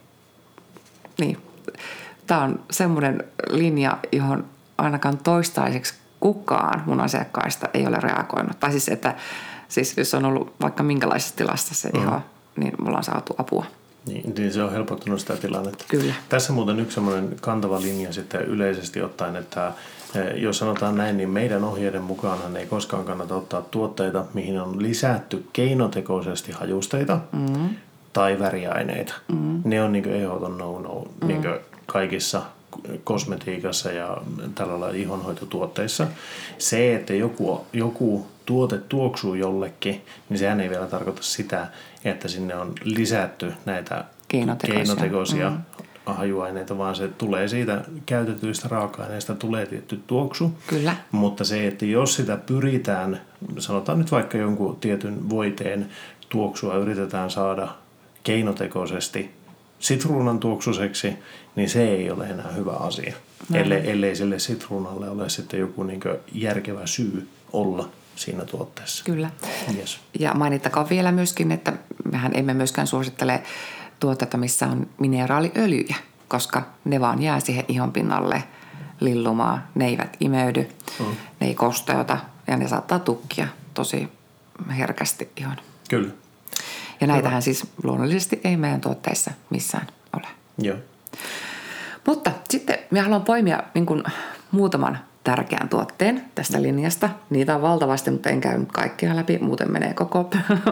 niin, tämä on semmoinen linja, johon ainakaan toistaiseksi kukaan mun asiakkaista ei ole reagoinut. Tai siis, että jos on ollut vaikka minkälaisessa tilassa se iho, niin mulla on saatu apua. Niin se on helpottunut sitä tilannetta. Kyllä. Tässä muuten yksi semmoinen kantava linja sitten yleisesti ottaen, että jos sanotaan näin, niin meidän ohjeiden mukaanhan ei koskaan kannata ottaa tuotteita, mihin on lisätty keinotekoisesti hajusteita tai väriaineita. Ne on niin ehdoton no-no niin kaikissa kosmetiikassa ja tällä lailla ihonhoitotuotteissa. Se, että joku tuote tuoksuu jollekin, niin sehän ei vielä tarkoita sitä, että sinne on lisätty näitä keinotekoisia hajuaineita, vaan se tulee siitä käytetyistä raaka-aineista, tulee tietty tuoksu. Kyllä. Mutta se, että jos sitä pyritään, sanotaan nyt vaikka jonkun tietyn voiteen tuoksua yritetään saada keinotekoisesti sitruunan tuoksuseksi, niin se ei ole enää hyvä asia. Ellei sille sitruunalle ole sitten joku niin kuin järkevä syy olla siinä tuotteessa. Kyllä. Yes. Ja mainittakaa vielä myöskin, että mehän emme myöskään suosittele tuotteita, missä on mineraaliöljyjä, koska ne vaan jää siihen ihon pinnalle lillumaan. Ne eivät imeydy, ne ei kosteuta ja ne saattaa tukkia tosi herkästi ihon. Kyllä. Ja näitähän siis luonnollisesti ei meidän tuotteissa missään ole. Joo. Mutta sitten minä haluan poimia niin kuin muutaman tärkeän tuotteen tästä linjasta. Niitä on valtavasti, mutta en käy nyt kaikkia läpi. Muuten menee koko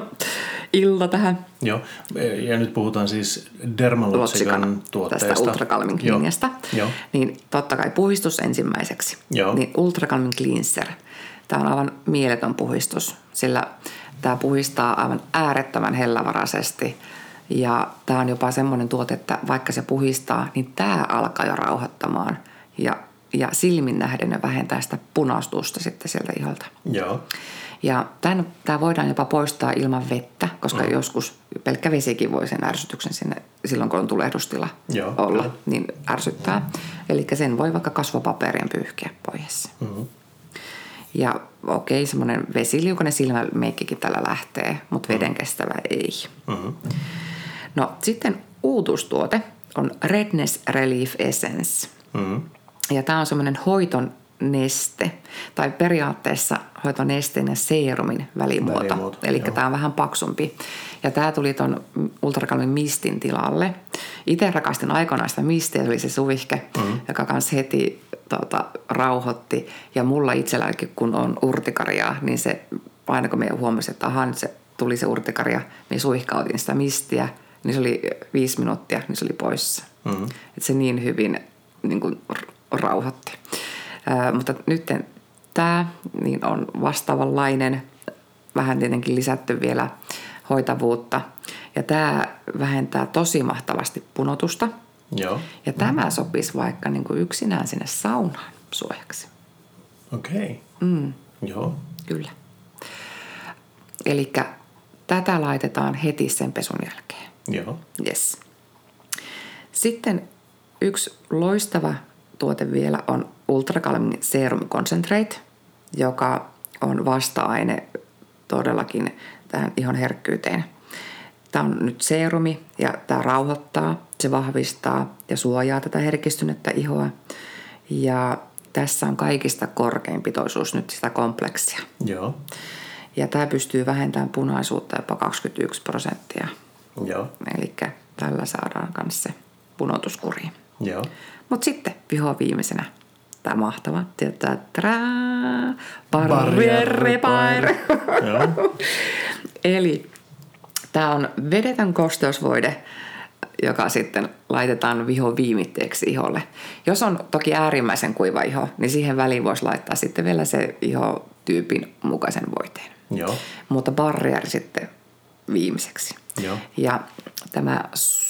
ilta tähän. Joo, ja nyt puhutaan siis Dermalotsikan tuotteesta. Tästä Ultra Calming linjasta. Joo. Niin totta kai puhdistus ensimmäiseksi. Joo. Niin Ultra Calming Cleanser. tämä on aivan mieletön puhistus, sillä tämä puhistaa aivan äärettömän hellävaraisesti. Ja tämä on jopa semmoinen tuote, että vaikka se puhistaa, niin tämä alkaa jo rauhoittamaan. Ja silmin nähden ne vähentää sitä punaustusta sitten sieltä iholta. Joo. Ja tämä voidaan jopa poistaa ilman vettä, koska joskus pelkkä vesikin voi sen ärsytyksen sinne, silloin kun on tulehdustila olla, niin ärsyttää. Eli sen voi vaikka kasvopaperien pyyhkiä pois. Mm-hmm. Ja okei, semmoinen vesiliukainen silmämeikkikin tällä lähtee, mutta veden kestävä ei. Mm-hmm. No sitten uutuustuote on Redness Relief Essence. Mm-hmm. Ja tämä on semmoinen hoiton neste, tai periaatteessa hoitonesteen ja seerumin välimuoto. Eli tämä on vähän paksumpi. Ja tämä tuli tuon Ultrakalmin mistin tilalle. Itse rakastin aikoinaan sitä mistiä, se oli se suvihke, joka kanssa heti rauhoitti. Ja mulla itselläkin, kun on urtikariaa, niin se, aina kun me huomasin, että aha, nyt se tuli se urtikaria, niin suihkautin sitä mistiä, niin se oli 5 minuuttia, niin se oli poissa. Mm-hmm. Että se niin hyvin niin kuin rauhoitti. Mutta nyt tämä niin on vastaavanlainen, vähän tietenkin lisätty vielä hoitavuutta. Ja tämä vähentää tosi mahtavasti punotusta. Joo. Ja tämä sopisi vaikka niin kuin yksinään sinne saunaan suojaksi. Okei. Joo. Kyllä. Elikkä tätä laitetaan heti sen pesun jälkeen. Joo. Yes. Sitten yksi loistava tuote vielä on Ultrakalmin Serum Concentrate, joka on vasta-aine todellakin tähän ihon herkkyyteen. Tämä on nyt seerumi ja tämä rauhoittaa, se vahvistaa ja suojaa tätä herkistynyttä ihoa. Ja tässä on kaikista korkein pitoisuus nyt sitä kompleksia. Joo. Ja tämä pystyy vähentämään punaisuutta jopa 21%. Joo. Eli tällä saadaan myös se punotuskuriin. Joo. Mutta sitten vihoviimeisenä tämä mahtava. Barrier Repair. Eli tämä on vedetön kosteusvoide, joka sitten laitetaan vihoviimitteeksi iholle. Jos on toki äärimmäisen kuiva iho, niin siihen väliin voisi laittaa sitten vielä se ihotyypin mukaisen voiteen. Joo. Mutta barrier sitten viimeiseksi. Joo. Ja tämä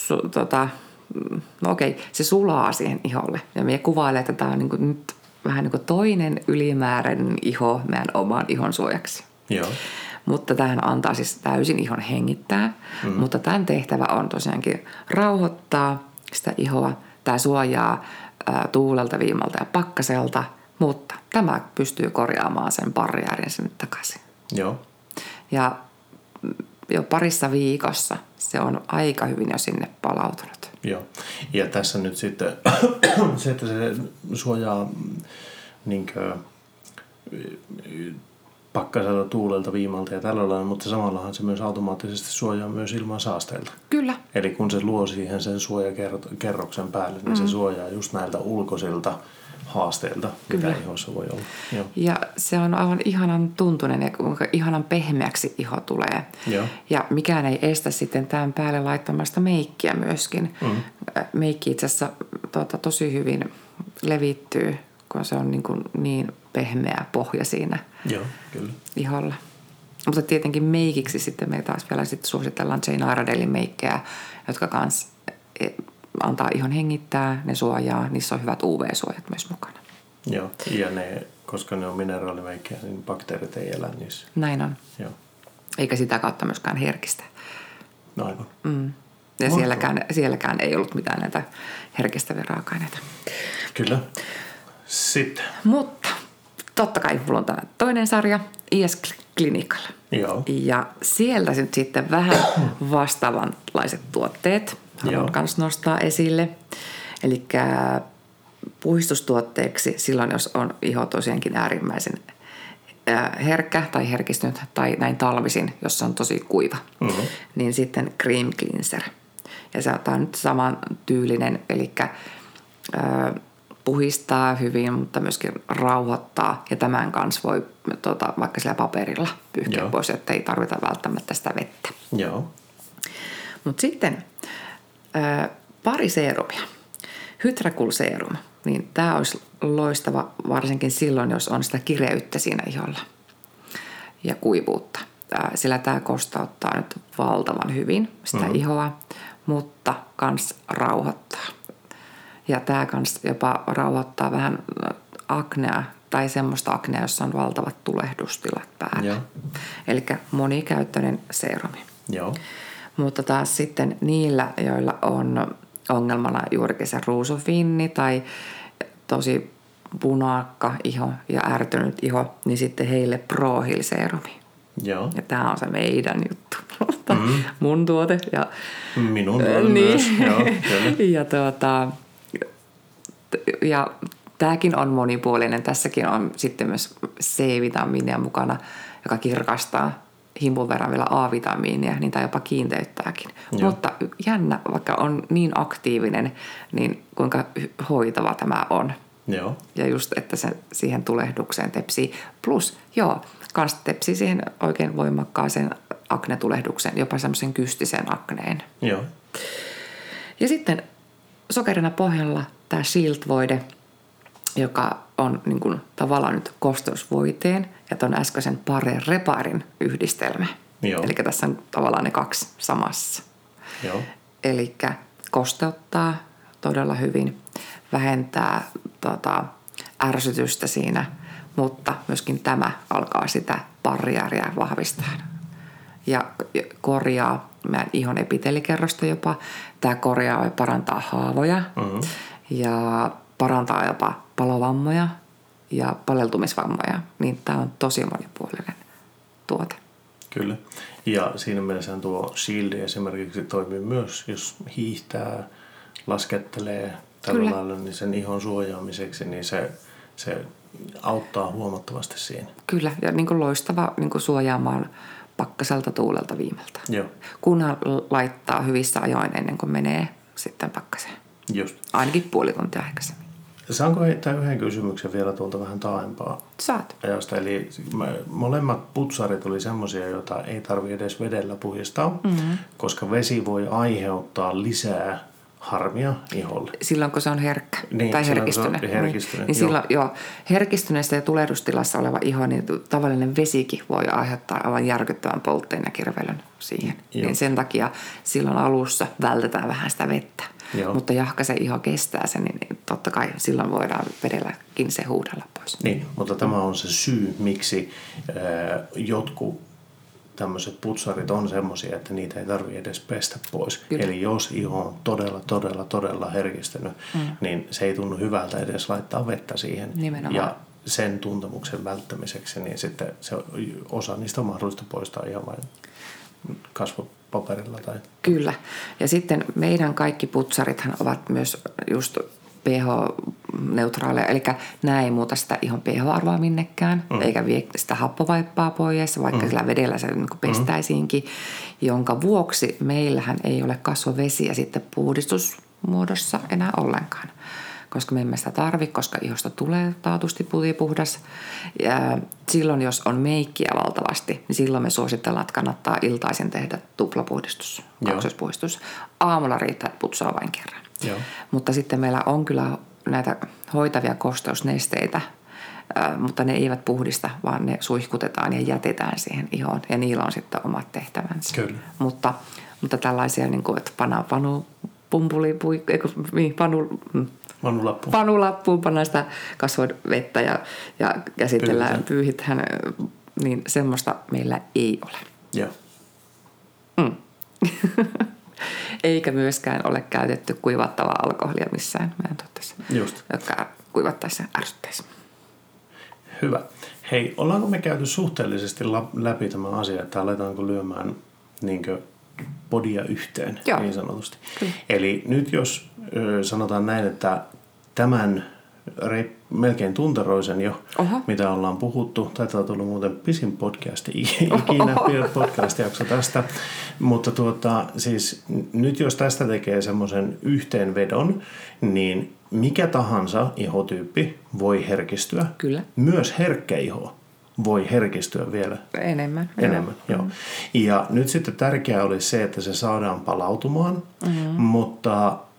se sulaa siihen iholle. Ja minä kuvailen, että tämä on niin kuin nyt vähän niin kuin toinen ylimääräinen iho meidän oman ihon suojaksi. Joo. Mutta tämähän antaa siis täysin ihon hengittää. Mutta tämän tehtävä on tosiaankin rauhoittaa sitä ihoa. Tämä suojaa tuulelta, viimalta ja pakkaselta. Mutta tämä pystyy korjaamaan sen barriärin sinne takaisin. Joo. Ja jo parissa viikossa se on aika hyvin jo sinne palautunut. Joo. Ja tässä nyt sitten se, että se suojaa niinkö pakkaselta, tuulelta, viimalta ja tällä lailla, mutta samallahan se myös automaattisesti suojaa myös ilman saasteilta. Kyllä. Eli kun se luo siihen sen suojakerroksen päälle, niin se suojaa just näiltä ulkoisilta haasteilta, mitä ihossa voi olla. Joo. Ja se on aivan ihanan tuntunen ja kuinka ihanan pehmeäksi iho tulee. Joo. Ja mikään ei estä sitten tämän päälle laittamasta meikkiä myöskin. Meikki itse asiassa tosi hyvin levittyy, kun se on niin pehmeä pohja siinä iholla. Mutta tietenkin meikiksi sitten me taas vielä sitten suositellaan Jane Iredalein meikkejä, jotka kans antaa ihon hengittää, ne suojaa, niissä on hyvät UV-suojat myös mukana. Joo, ja koska ne on mineraalimeikkejä, niin bakteerit ei elä niissä. Näin on. Joo. Eikä sitä kautta myöskään herkistä. Aivan. Ja sielläkään ei ollut mitään näitä herkistäviä raaka-aineita. Kyllä. Sitten. Mutta totta kai mulla on tämä toinen sarja, IS Clinical. Joo. Ja sieltä nyt sitten vähän vastaavanlaiset tuotteet haluan myös nostaa esille. Eli puhistustuotteeksi silloin, jos on iho tosiaankin äärimmäisen herkkä tai herkistynyt tai näin talvisin, jos se on tosi kuiva, niin sitten Cream Cleanser. Ja tämä on nyt saman tyylinen, eli puhistaa hyvin, mutta myöskin rauhoittaa. Ja tämän kanssa voi vaikka sillä paperilla pyyhkiä pois, että ei tarvita välttämättä sitä vettä. Joo. Mutta sitten pari seerumia. Hydra-Cool Serum, niin tämä olisi loistava varsinkin silloin, jos on sitä kireyttä siinä iholla ja kuivuutta. Sillä tämä kostauttaa nyt valtavan hyvin sitä ihoa, mutta kans rauhoittaa. Ja tämä kans jopa rauhoittaa vähän aknea tai semmoista aknea, jossa on valtavat tulehdustilat päällä. Eli monikäyttöinen serumi. Joo. Mutta taas sitten niillä, joilla on ongelmana juurikin se ruusufinni tai tosi punaakka iho ja ärtynyt iho, niin sitten heille ProHeal-serumi. Joo. Ja tämä on se meidän juttu. Mun tuote. Ja, minun tuote myös. Joo, ja tämäkin on monipuolinen. Tässäkin on sitten myös C-vitamiinia mukana, joka kirkastaa himpun verran vielä A-vitamiinia, niin tämä jopa kiinteyttääkin. Joo. Mutta jännä, vaikka on niin aktiivinen, niin kuinka hoitava tämä on. Joo. Ja just, että se siihen tulehdukseen tepsii. Plus, kans tepsii siihen oikein voimakkaaseen aknetulehdukseen, jopa semmoisen kystiseen akneen. Joo. Ja sitten sokerina pohjalla tämä Shield-voide, joka on niin kuin tavallaan nyt kosteusvoiteen ja tuon äskeisen Reparin yhdistelmä. Joo. Eli tässä on tavallaan ne kaksi samassa. Joo. Eli kosteuttaa todella hyvin, vähentää ärsytystä siinä, mutta myöskin tämä alkaa sitä barriäriä vahvistaa. Ja korjaa meidän ihon epitelikerrosta jopa. Tämä korjaa ja parantaa haavoja ja parantaa jopa palovammoja ja paleltumisvammoja. Niin tämä on tosi monipuolinen tuote. Kyllä. Ja siinä mielessä tuo Shield esimerkiksi toimii myös, jos hiihtää, laskettelee tällä lailla niin sen ihon suojaamiseksi, niin se auttaa huomattavasti siinä. Kyllä, ja niin kuin loistava niin kuin suojaamaan pakkaselta tuulelta viimeltä. Joo. Kunhan laittaa hyvissä ajoin ennen kuin menee sitten pakkaseen. Just. Ainakin puoli tuntia aikaisemmin. Saanko heittää yhden kysymyksen vielä tuolta vähän taaempaa Saat. ajasta? Eli molemmat putsarit oli semmoisia, joita ei tarvitse edes vedellä puhdistaa, koska vesi voi aiheuttaa lisää harmia iholle. Silloin, kun se on herkkä tai herkistynyt. Niin silloin, herkistyneessä ja tulehdustilassa oleva iho, niin tavallinen vesikin voi aiheuttaa aivan järkyttävän poltteen ja kirvelyn siihen. Niin sen takia silloin alussa vältetään vähän sitä vettä. Joo. Mutta jahka se iho kestää sen, niin totta kai silloin voidaan vedelläkin se huudella pois. Niin, mutta tämä on se syy, miksi jotkut tämmöiset putsarit on semmoisia, että niitä ei tarvitse edes pestä pois. Kyllä. Eli jos iho on todella herkistynyt, niin se ei tunnu hyvältä edes laittaa vettä siihen. Nimenomaan. Ja sen tuntemuksen välttämiseksi, niin sitten se osa niistä on mahdollista poistaa ihan vain kasvopaperilla. Tai... Kyllä. Ja sitten meidän kaikki putsarithan ovat myös just pH-neutraaleja, eli nämä ei muuta sitä ihon pH-arvoa minnekään, eikä vie sitä happovaippaa pois, vaikka sillä vedellä se niin pestäisiinkin, jonka vuoksi meillähän ei ole kasvovesiä sitten puhdistusmuodossa enää ollenkaan. Koska me emme sitä tarvitse, koska ihosta tulee taatusti puhdas. Ja silloin, jos on meikkiä valtavasti, niin silloin me suositellaan, että kannattaa iltaisin tehdä tuplapuhdistus, kaksoispuhdistus. Aamulla riittää, että putsaa vain kerran. Joo. Mutta sitten meillä on kyllä näitä hoitavia kosteusnesteitä, mutta ne eivät puhdista, vaan ne suihkutetaan ja jätetään siihen ihoon. Ja niillä on sitten omat tehtävänsä. Kyllä. Mutta tällaisia, niin kuin, että panulappuun pannaan sitä kasvovettä ja käsitellään, pyyhitään, niin semmoista meillä ei ole. Joo. Eikä myöskään ole käytetty kuivattavaa alkoholia missään meidän tuotteessa, jotka kuivattaessa ärsyttäisi. Hyvä. Hei, ollaanko me käyty suhteellisesti läpi tämä asia, että aletaanko lyömään niinkö podia yhteen, niin sanotusti. Kyllä. Eli nyt jos sanotaan näin, että tämän melkein tunteroisen jo, mitä ollaan puhuttu. Taitaa tulla muuten pisin ikinä podcast-jakso tästä. Mutta siis nyt jos tästä tekee semmoisen yhteenvedon, niin mikä tahansa ihotyyppi voi herkistyä. Kyllä. Myös herkkä iho voi herkistyä vielä enemmän. Joo. Ja nyt sitten tärkeää olisi se, että se saadaan palautumaan, mutta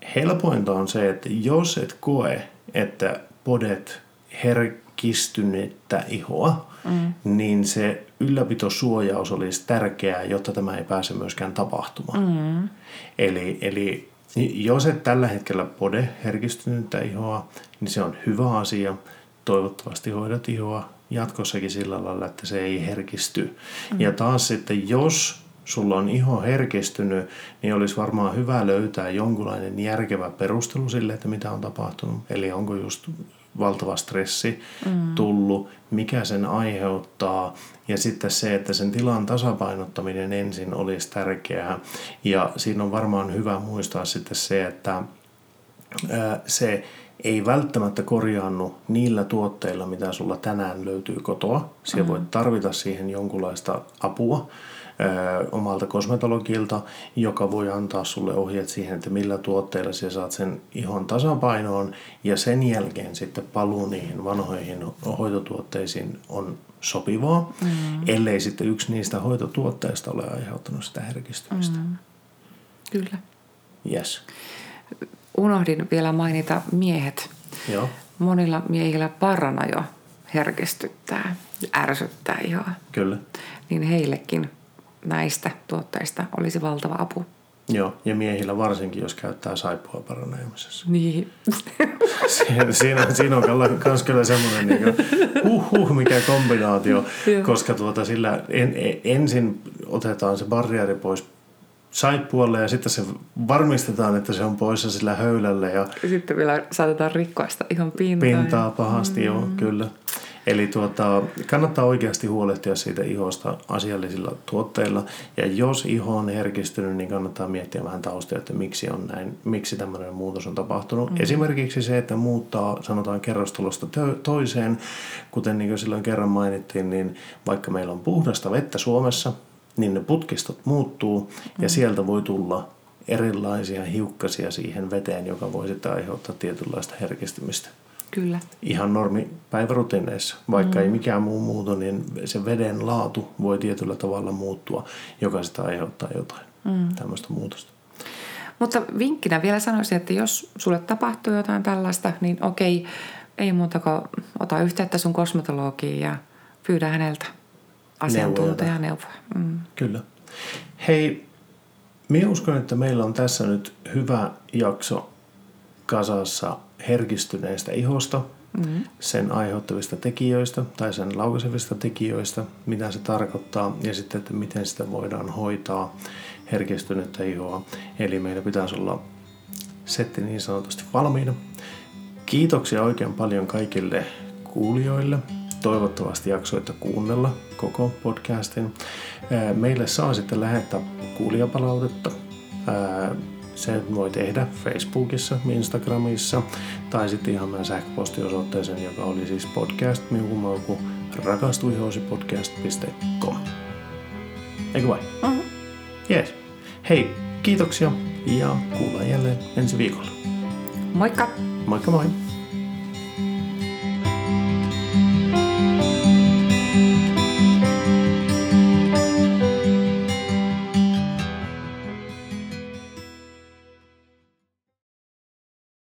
helpointa on se, että jos et koe, että podet herkistynyttä ihoa, niin se ylläpitosuojaus olisi tärkeää, jotta tämä ei pääse myöskään tapahtumaan. Eli jos et tällä hetkellä pode herkistynyttä ihoa, niin se on hyvä asia. Toivottavasti hoidat ihoa jatkossakin sillä lailla, että se ei herkisty. Ja taas sitten, jos sulla on iho herkistynyt, niin olisi varmaan hyvä löytää jonkunlainen järkevä perustelu sille, että mitä on tapahtunut. Eli onko just valtava stressi tullut, mikä sen aiheuttaa. Ja sitten se, että sen tilan tasapainottaminen ensin olisi tärkeää. Ja siinä on varmaan hyvä muistaa sitten se, että se ei välttämättä korjaannu niillä tuotteilla, mitä sulla tänään löytyy kotoa. Siellä voit tarvita siihen jonkunlaista apua omalta kosmetologilta, joka voi antaa sulle ohjeet siihen, että millä tuotteilla sä saat sen ihon tasapainoon, ja sen jälkeen sitten paluu niihin vanhoihin hoitotuotteisiin on sopivaa, ellei sitten yksi niistä hoitotuotteista ole aiheuttanut sitä herkistymistä. Kyllä. Yes. Unohdin vielä mainita miehet. Joo. Monilla miehillä parana jo herkistyttää, ärsyttää ihoa. Kyllä. Niin heillekin näistä tuotteista olisi valtava apu. Joo, ja miehillä varsinkin, jos käyttää saippua paranemisessa. Niin. Siinä on myös kyllä semmoinen niin mikä kombinaatio, koska sillä ensin otetaan se barrieri pois saippualle ja sitten se varmistetaan, että se on poissa sillä höylällä. Ja sitten vielä saatetaan rikkoa sitä ihan pintaa pahasti, joo, kyllä. Eli kannattaa oikeasti huolehtia siitä ihosta asiallisilla tuotteilla. Ja jos iho on herkistynyt, niin kannattaa miettiä vähän taustaa, että miksi on näin, miksi tämmöinen muutos on tapahtunut. Esimerkiksi se, että muuttaa, sanotaan kerrostalosta toiseen, kuten niin kuin silloin kerran mainittiin, niin vaikka meillä on puhdasta vettä Suomessa, niin ne putkistot muuttuu ja sieltä voi tulla erilaisia hiukkasia siihen veteen, joka voi sitten aiheuttaa tietynlaista herkistymistä. Kyllä. Ihan normipäivärutiineissa. Vaikka ei mikään muu muutu, niin se veden laatu voi tietyllä tavalla muuttua, joka sitä aiheuttaa jotain tämmöistä muutosta. Mutta vinkkinä vielä sanoisin, että jos sulle tapahtuu jotain tällaista, niin okei, ei muuta kuin ota yhteyttä sun kosmetologiin ja pyydä häneltä asiantuntijaneuvoa. Kyllä. Hei, minä uskon, että meillä on tässä nyt hyvä jakso kasassa herkistyneestä ihosta, sen aiheuttavista tekijöistä tai sen laukaisevista tekijöistä, mitä se tarkoittaa ja sitten, että miten sitä voidaan hoitaa herkistynyttä ihoa. Eli meillä pitäisi olla setti niin sanotusti valmiina. Kiitoksia oikein paljon kaikille kuulijoille. Toivottavasti jaksoitte kuunnella koko podcastin. Meille saa sitten lähettää kuulijapalautetta. Sen voi tehdä Facebookissa, Instagramissa tai sitten ihan meidän sähköpostiosoitteeseen, joka oli siis podcast@rakastuihoosipodcast.com. Eikö vai? Jees. Hei, kiitoksia ja kuullaan jälleen ensi viikolla. Moikka! Moikka moi!